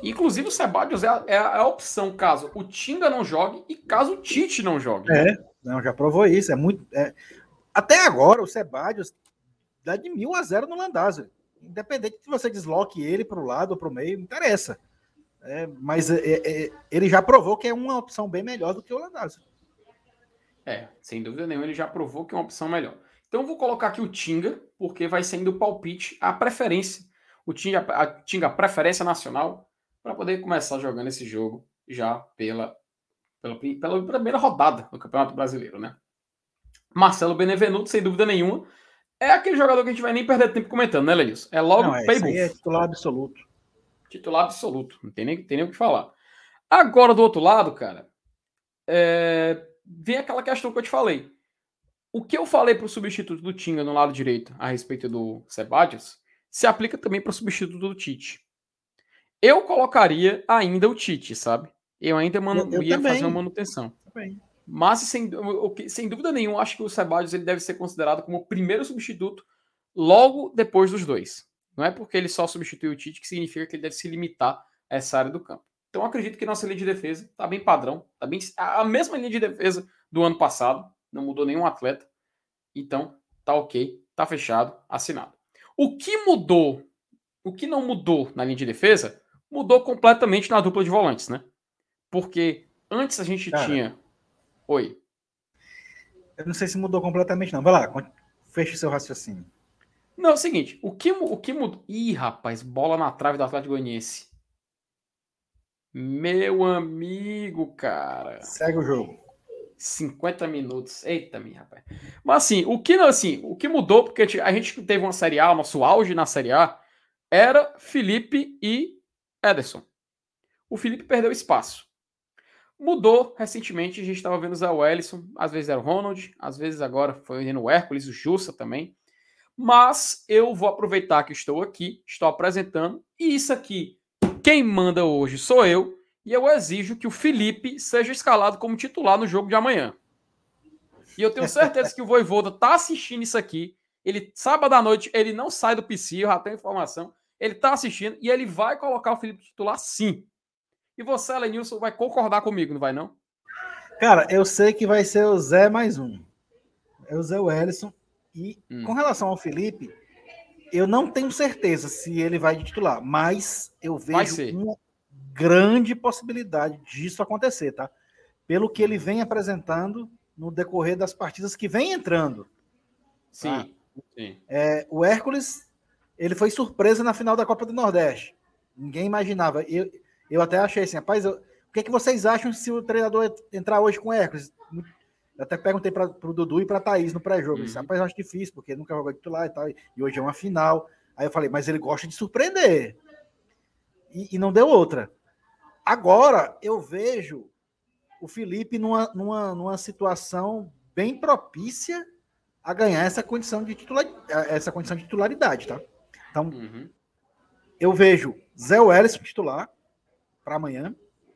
Inclusive o Sebadios é a, é a opção caso o Tinga não jogue e caso o Tite não jogue. É, não, já provou isso. É muito. É... Até agora, o Sebadios dá de mil a zero no Landázuri. Independente se você desloque ele para o lado ou para o meio, não interessa. É, mas é, é, ele já provou que é uma opção bem melhor do que o Landázuri. É, sem dúvida nenhuma, ele já provou que é uma opção melhor. Então eu vou colocar aqui o Tinga, porque vai sendo o palpite, a preferência. O Tinga, a Tinga, a preferência nacional, para poder começar jogando esse jogo já pela, pela, pela primeira rodada do Campeonato Brasileiro, né? Marcelo Benevenuto, sem dúvida nenhuma, é aquele jogador que a gente vai nem perder tempo comentando, né, Lenilson? É logo não, é, isso aí é titular absoluto. Titular absoluto, não tem nem, tem nem o que falar. Agora, do outro lado, cara, é... vem aquela questão que eu te falei. O que eu falei para o substituto do Tinga no lado direito a respeito do Sebadios se aplica também para o substituto do Tite. Eu colocaria ainda o Tite, sabe? Eu ainda manu... eu, eu ia também. fazer uma manutenção. Também. Mas, sem, sem dúvida nenhuma, acho que o Sebadios ele deve ser considerado como o primeiro substituto logo depois dos dois. Não é porque ele só substituiu o Tite que significa que ele deve se limitar a essa área do campo. Então, acredito que nossa linha de defesa está bem padrão. Tá bem... A mesma linha de defesa do ano passado. Não mudou nenhum atleta. Então, tá ok. Tá fechado. Assinado. O que mudou, o que não mudou na linha de defesa, mudou completamente na dupla de volantes, né? Porque antes a gente Cara, tinha... Oi. Eu não sei se mudou completamente, não. Vai lá, feche seu raciocínio. Não, é o seguinte. O que, o que mudou... Ih, rapaz, bola na trave do Atlético Goianiense. Meu amigo, cara. Segue o jogo. cinquenta minutos. Eita, minha rapaz. Mas assim, o que, assim, o que mudou, porque a gente teve uma Série A, nosso auge na Série A, era Felipe e Ederson. O Felipe perdeu espaço. Mudou recentemente, a gente estava vendo o Zé Wellison, às vezes era o Ronald, às vezes agora foi o Hércules, o Jussa também. Mas eu vou aproveitar que estou aqui, estou apresentando, e isso aqui, quem manda hoje sou eu, e eu exijo que o Felipe seja escalado como titular no jogo de amanhã. E eu tenho certeza que o Vojvoda está assistindo isso aqui, ele, sábado à noite, ele não sai do P C, eu já tenho informação, ele está assistindo e ele vai colocar o Felipe titular sim. E você, Lenilson, vai concordar comigo, não vai não? Cara, eu sei que vai ser o Zé mais um. É o Zé Wellison. E hum. com relação ao Felipe, eu não tenho certeza se ele vai de titular, mas eu vejo uma grande possibilidade disso acontecer, tá? Pelo que ele vem apresentando no decorrer das partidas que vem entrando. Tá? Sim. sim. É, o Hércules, ele foi surpresa na final da Copa do Nordeste. Ninguém imaginava. Eu, eu até achei assim, rapaz, eu, o que, é que vocês acham se o treinador entrar hoje com o Hércules? Eu até perguntei para o Dudu e para a Thaís no pré-jogo. Uhum. Disse, rapaz, eu acho difícil, porque ele nunca jogou titular e tal. E hoje é uma final. Aí eu falei, mas ele gosta de surpreender. E, e não deu outra. Agora, eu vejo o Felipe numa, numa, numa situação bem propícia a ganhar essa condição de, titular, essa condição de titularidade, tá? Então, uhum. eu vejo Zé Wellison titular para amanhã.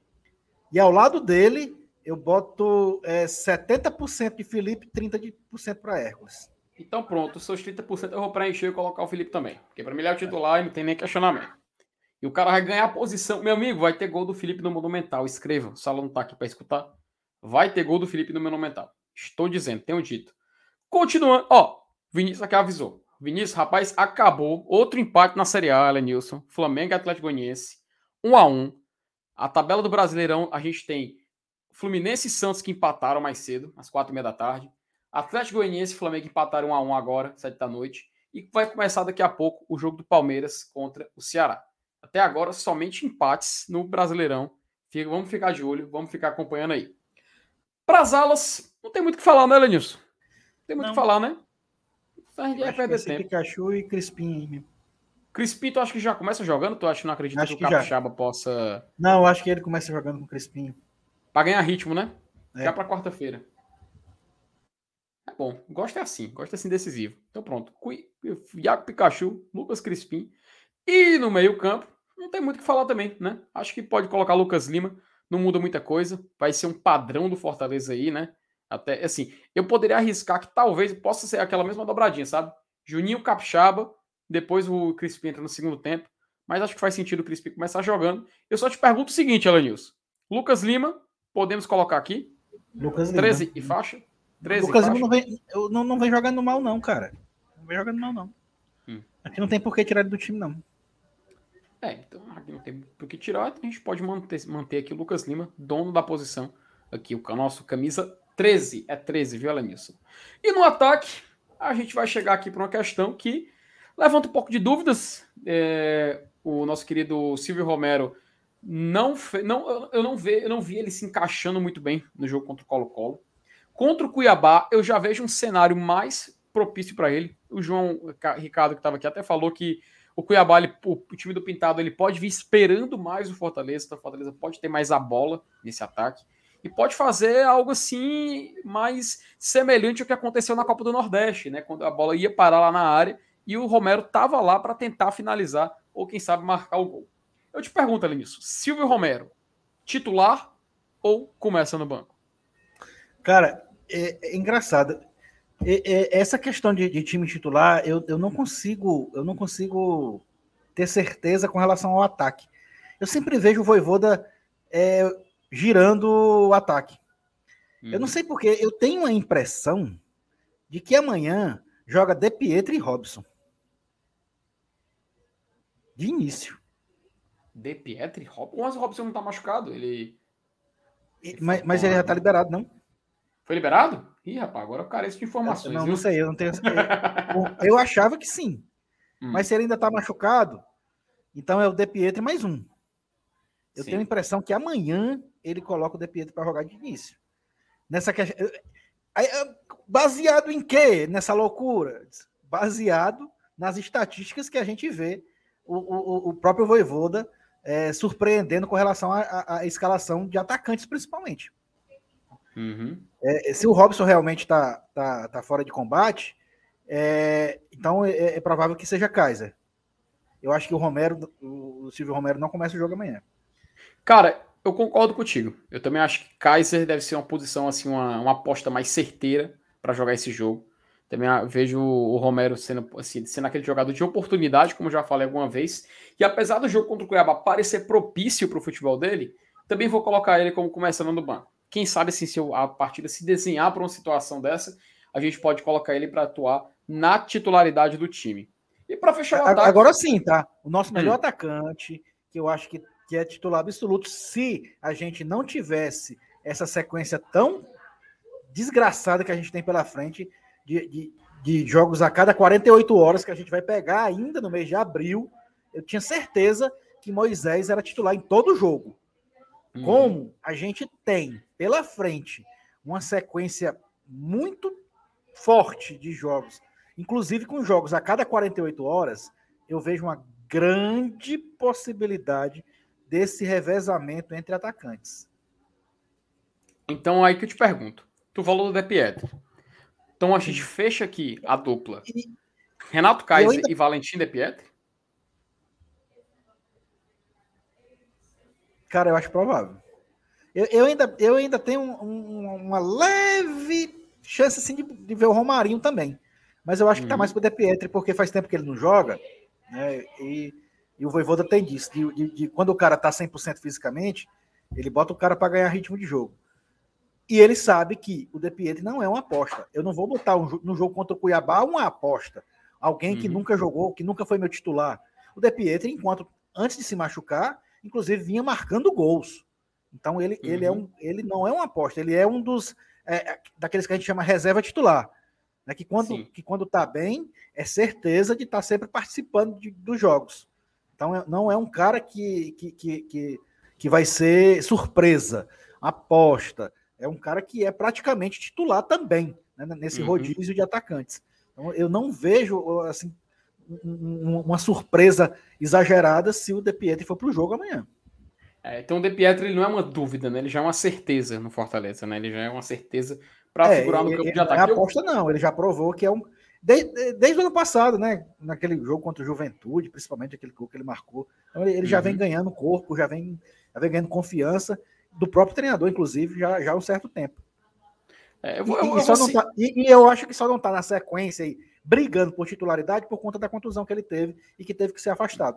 E ao lado dele... eu boto é, setenta por cento de Felipe, trinta por cento para Hércules. Então pronto, os seus trinta por cento eu vou preencher e colocar o Felipe também. Porque para mim ele é o titular e não tem nem questionamento. E o cara vai ganhar a posição. Meu amigo, vai ter gol do Felipe no Monumental. Escreva, o Salão não tá aqui para escutar. Vai ter gol do Felipe no Monumental. Estou dizendo, tenho dito. Continuando, ó, Vinícius aqui avisou. Vinícius, rapaz, acabou. Outro empate na Série A, Elenilson. Flamengo e Atlético Goianiense. um a um. A tabela do Brasileirão, a gente tem Fluminense e Santos que empataram mais cedo, às quatro e meia da tarde. Atlético Goianiense e Flamengo empataram um a um agora, sete da noite. E vai começar daqui a pouco o jogo do Palmeiras contra o Ceará. Até agora, somente empates no Brasileirão. Fica, vamos ficar de olho, vamos ficar acompanhando aí. Para as alas, não tem muito o que falar, né, Lenilson? Não tem muito o que falar, né? A gente vai perder tempo. Pikachu e Crispim. Crispim, tu acha que já começa jogando? Tu acha que não acredita acho que, que o Capixaba já. possa... Não, eu acho que ele começa jogando com o Crispim. Pra ganhar ritmo, né? É. Já pra quarta-feira. É bom. Gosto é assim. Gosto é assim decisivo. Então pronto. Iago Pikachu, Lucas Crispim. E no meio campo, não tem muito o que falar também, né? Acho que pode colocar Lucas Lima. Não muda muita coisa. Vai ser um padrão do Fortaleza aí, né? Até, assim, eu poderia arriscar que talvez possa ser aquela mesma dobradinha, sabe? Juninho Capixaba, depois o Crispim entra no segundo tempo. mas acho que faz sentido o Crispim começar jogando. Eu só te pergunto o seguinte, Elenilson. Lucas Lima, podemos colocar aqui? Lucas Lima. treze e faixa? treze Lucas e Lima faixa? não vem, eu não, não vem jogando mal, não, cara. Não vem jogando mal, não. Hum. Aqui não tem por que tirar ele do time, não. É, então aqui não tem por que tirar, a gente pode manter, manter aqui o Lucas Lima, dono da posição. Aqui, o nosso camisa treze. É treze, viu, Elenilson? E no ataque, a gente vai chegar aqui para uma questão que levanta um pouco de dúvidas. É, o nosso querido Silvio Romero não, fe, não, eu não, ve, eu não vi ele se encaixando muito bem no jogo contra o Colo-Colo. Contra o Cuiabá, eu já vejo um cenário mais propício para ele. O João Ricardo, que estava aqui, até falou que o Cuiabá, ele, o, o time do Pintado, ele pode vir esperando mais o Fortaleza. Então o Fortaleza pode ter mais a bola nesse ataque. E pode fazer algo assim mais semelhante ao que aconteceu na Copa do Nordeste, né? Quando a bola ia parar lá na área e o Romero estava lá para tentar finalizar ou, quem sabe, marcar o gol. Eu te pergunto, Elenilson, Silvio Romero, titular ou começa no banco? Cara, é, é engraçado. É, é, essa questão de, de time titular, eu, eu não consigo, eu não consigo ter certeza com relação ao ataque. Eu sempre vejo o Vojvoda é, girando o ataque. Uhum. Eu não sei porque, eu tenho a impressão de que amanhã joga De Pietri e Robson. De início. De Pietri? Mas o Robson não tá machucado, ele... ele mas, mas ele já tá liberado, não? Foi liberado? Ih, rapaz, agora eu careço de informações. Não, viu? não sei, eu não tenho... eu, eu achava que sim. Hum. Mas se ele ainda tá machucado, então é o De Pietri mais um. Eu sim. tenho a impressão que amanhã ele coloca o De Pietri para jogar de início. Nessa questão... Baseado em quê? Nessa loucura? Baseado nas estatísticas que a gente vê o, o, o próprio Vojvoda é, surpreendendo com relação à escalação de atacantes, principalmente. Uhum. É, se o Robson realmente está tá, tá fora de combate, é, então é, é provável que seja Kaiser. Eu acho que o Romero, o Silvio Romero não começa o jogo amanhã. Cara, eu concordo contigo. Eu também acho que Kaiser deve ser uma posição, assim, uma, uma aposta mais certeira para jogar esse jogo. Também vejo o Romero sendo, assim, sendo aquele jogador de oportunidade, como já falei alguma vez. E apesar do jogo contra o Cuiabá parecer propício para o futebol dele, também vou colocar ele como começando no banco. Quem sabe, assim, se a partida se desenhar para uma situação dessa, a gente pode colocar ele para atuar na titularidade do time. E para fechar o ataque... Agora sim, tá? O nosso melhor hum. atacante, que eu acho que, que é titular absoluto, se a gente não tivesse essa sequência tão desgraçada que a gente tem pela frente... De, de, de jogos a cada quarenta e oito horas que a gente vai pegar ainda no mês de abril, eu tinha certeza que Moisés era titular em todo jogo. Uhum. Como a gente tem pela frente uma sequência muito forte de jogos, inclusive com jogos a cada quarenta e oito horas, eu vejo uma grande possibilidade desse revezamento entre atacantes. Então aí que eu te pergunto, tu falou do De Pietri. Então a gente fecha aqui a dupla Renato Kaiser ainda... e Valentim De Pietri? Cara, eu acho provável. Eu, eu, ainda, eu ainda tenho um, um, uma leve chance assim, de, de ver o Romarinho também. Mas eu acho que tá mais pro De Pietri, porque faz tempo que ele não joga. Né, e, e o Vojvoda tem disso. De, de, de, quando o cara tá cem por cento fisicamente, ele bota o cara para ganhar ritmo de jogo. E ele sabe que o De Pietri não é uma aposta. Eu não vou botar um, no jogo contra o Cuiabá uma aposta. Alguém que uhum. nunca jogou, que nunca foi meu titular. O De Pietri, enquanto antes de se machucar, inclusive vinha marcando gols. Então ele, uhum. ele, é um, ele não é uma aposta, ele é um dos é, daqueles que a gente chama reserva titular. Né, que, quando, que quando tá bem, é certeza de estar tá sempre participando de, dos jogos. Então não é um cara que, que, que, que, que vai ser surpresa, aposta. É um cara que é praticamente titular também, né, nesse uhum. rodízio de atacantes. Então, eu não vejo assim, um, uma surpresa exagerada se o De Pietri for para o jogo amanhã. É, então o De Pietri ele não é uma dúvida, né? Ele já é uma certeza no Fortaleza, né? Ele já é uma certeza para é, figurar no campo de ataque. Não é aposta, não. Ele já provou que é um... Desde, desde o ano passado, né? Naquele jogo contra o Juventude, principalmente aquele gol que ele marcou. Então, ele, ele já uhum. vem ganhando corpo, já vem, já vem ganhando confiança do próprio treinador, inclusive, já, já há um certo tempo. É, eu vou, e, eu, eu e, não tá, e, e eu acho que só não está na sequência aí, brigando por titularidade por conta da contusão que ele teve e que teve que ser afastado.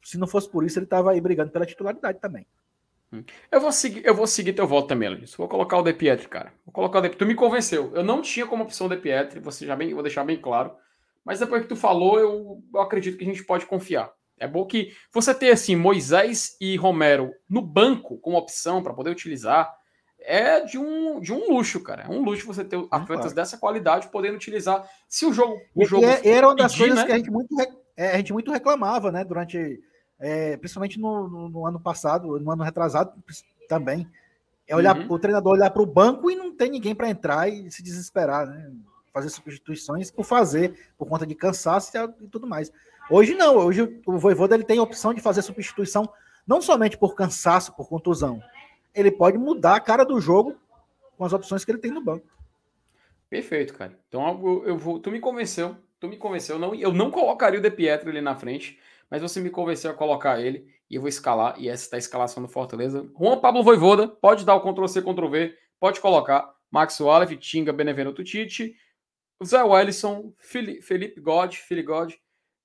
se não fosse por isso, ele estava aí brigando pela titularidade também. Eu vou seguir, eu vou seguir teu voto também, Luiz. Vou colocar o De Pietri, cara. Vou colocar o De... Tu me convenceu. Eu não tinha como opção o De Pietri, você já bem, vou deixar bem claro. Mas depois que tu falou, eu, eu acredito que a gente pode confiar. É bom que você ter assim Moisés e Romero no banco como opção para poder utilizar é de um, de um luxo, cara. É um luxo você ter atletas claro. dessa qualidade podendo utilizar. Se o jogo, o e, jogo e é, era uma das pedir, coisas né? que a gente muito é, a gente muito reclamava, né? Durante é, principalmente no, no, no ano passado, no ano retrasado também. É olhar uhum. o treinador olhar para o banco e não tem ninguém para entrar e se desesperar, né? Fazer substituições por fazer, por conta de cansaço e tudo mais. Hoje não, hoje o Vojvoda ele tem a opção de fazer substituição não somente por cansaço, por contusão. Ele pode mudar a cara do jogo com as opções que ele tem no banco. Perfeito, cara. Então eu, eu vou, tu me convenceu, tu me convenceu. Não, eu não colocaria o De Pietri ali na frente, mas você me convenceu a colocar ele e eu vou escalar. E essa está a escalação do Fortaleza. Juan Pablo Vojvoda, pode dar o control C, control V, pode colocar Max Wallace, Tinga, Benevenuto Tite, Zé Wellison, Felipe God, Fili God,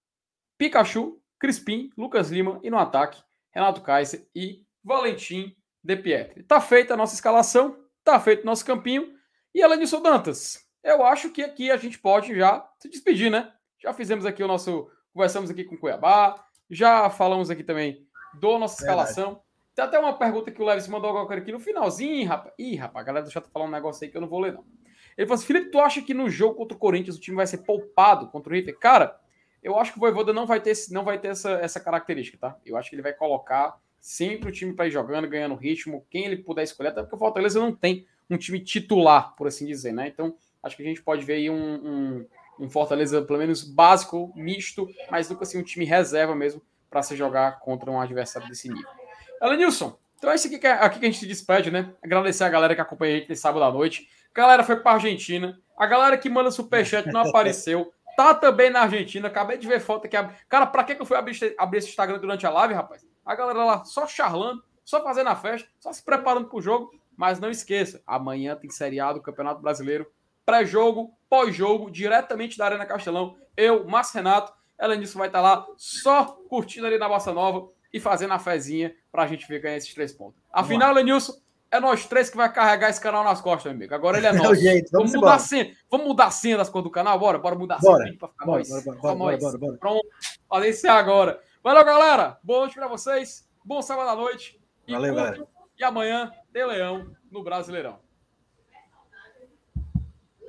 Pikachu, Crispim, Lucas Lima e no ataque, Renato Kaiser e Valentim De Pietri. Tá feita a nossa escalação, tá feito o nosso campinho. E Elenilson Dantas, eu acho que aqui a gente pode já se despedir, né? Já fizemos aqui o nosso... Conversamos aqui com o Cuiabá, já falamos aqui também do nossa escalação. Verdade. Tem até uma pergunta que o Levis mandou agora aqui no finalzinho, rapaz. Ih, rapaz, a galera do chat tá falando um negócio aí que eu não vou ler, não. Ele falou assim, Felipe, tu acha que no jogo contra o Corinthians o time vai ser poupado contra o River? Cara, eu acho que o Vojvoda não vai ter, não vai ter essa, essa característica, tá? Eu acho que ele vai colocar sempre o time para ir jogando, ganhando ritmo, quem ele puder escolher, até porque o Fortaleza não tem um time titular, por assim dizer, né? Então, acho que a gente pode ver aí um, um, um Fortaleza, pelo menos básico, misto, mas nunca assim um time reserva mesmo para se jogar contra um adversário desse nível. Elenilson, então é isso aqui que, aqui que a gente se despede, né? Agradecer a galera que acompanha a gente nesse sábado à noite. A galera foi para Argentina. A galera que manda superchat não apareceu. Tá também na Argentina. Acabei de ver foto aqui. Cara, pra que eu fui abrir, abrir esse Instagram durante a live, rapaz? A galera lá só charlando, só fazendo a festa, só se preparando pro jogo. Mas não esqueça, amanhã tem seriado, Campeonato Brasileiro, pré-jogo, pós-jogo, diretamente da Arena Castelão. Eu, Márcio Renato, Elenilson vai estar lá só curtindo ali na Bossa Nova e fazendo a fezinha pra gente ver ganhar esses três pontos. Afinal, Elenilson, é nós três que vai carregar esse canal nas costas, meu amigo. Agora ele é nosso. É jeito, vamos, vamos, mudar a senha, vamos mudar a senha das cores do canal? Bora, bora mudar a bora, senha pra ficar bora, nós. Bora, bora, bora, bora, bora, bora. Pronto, fazer isso agora. Valeu, galera. Boa noite pra vocês. Bom sábado à noite. E valeu, galera. E amanhã tem Leão no Brasileirão.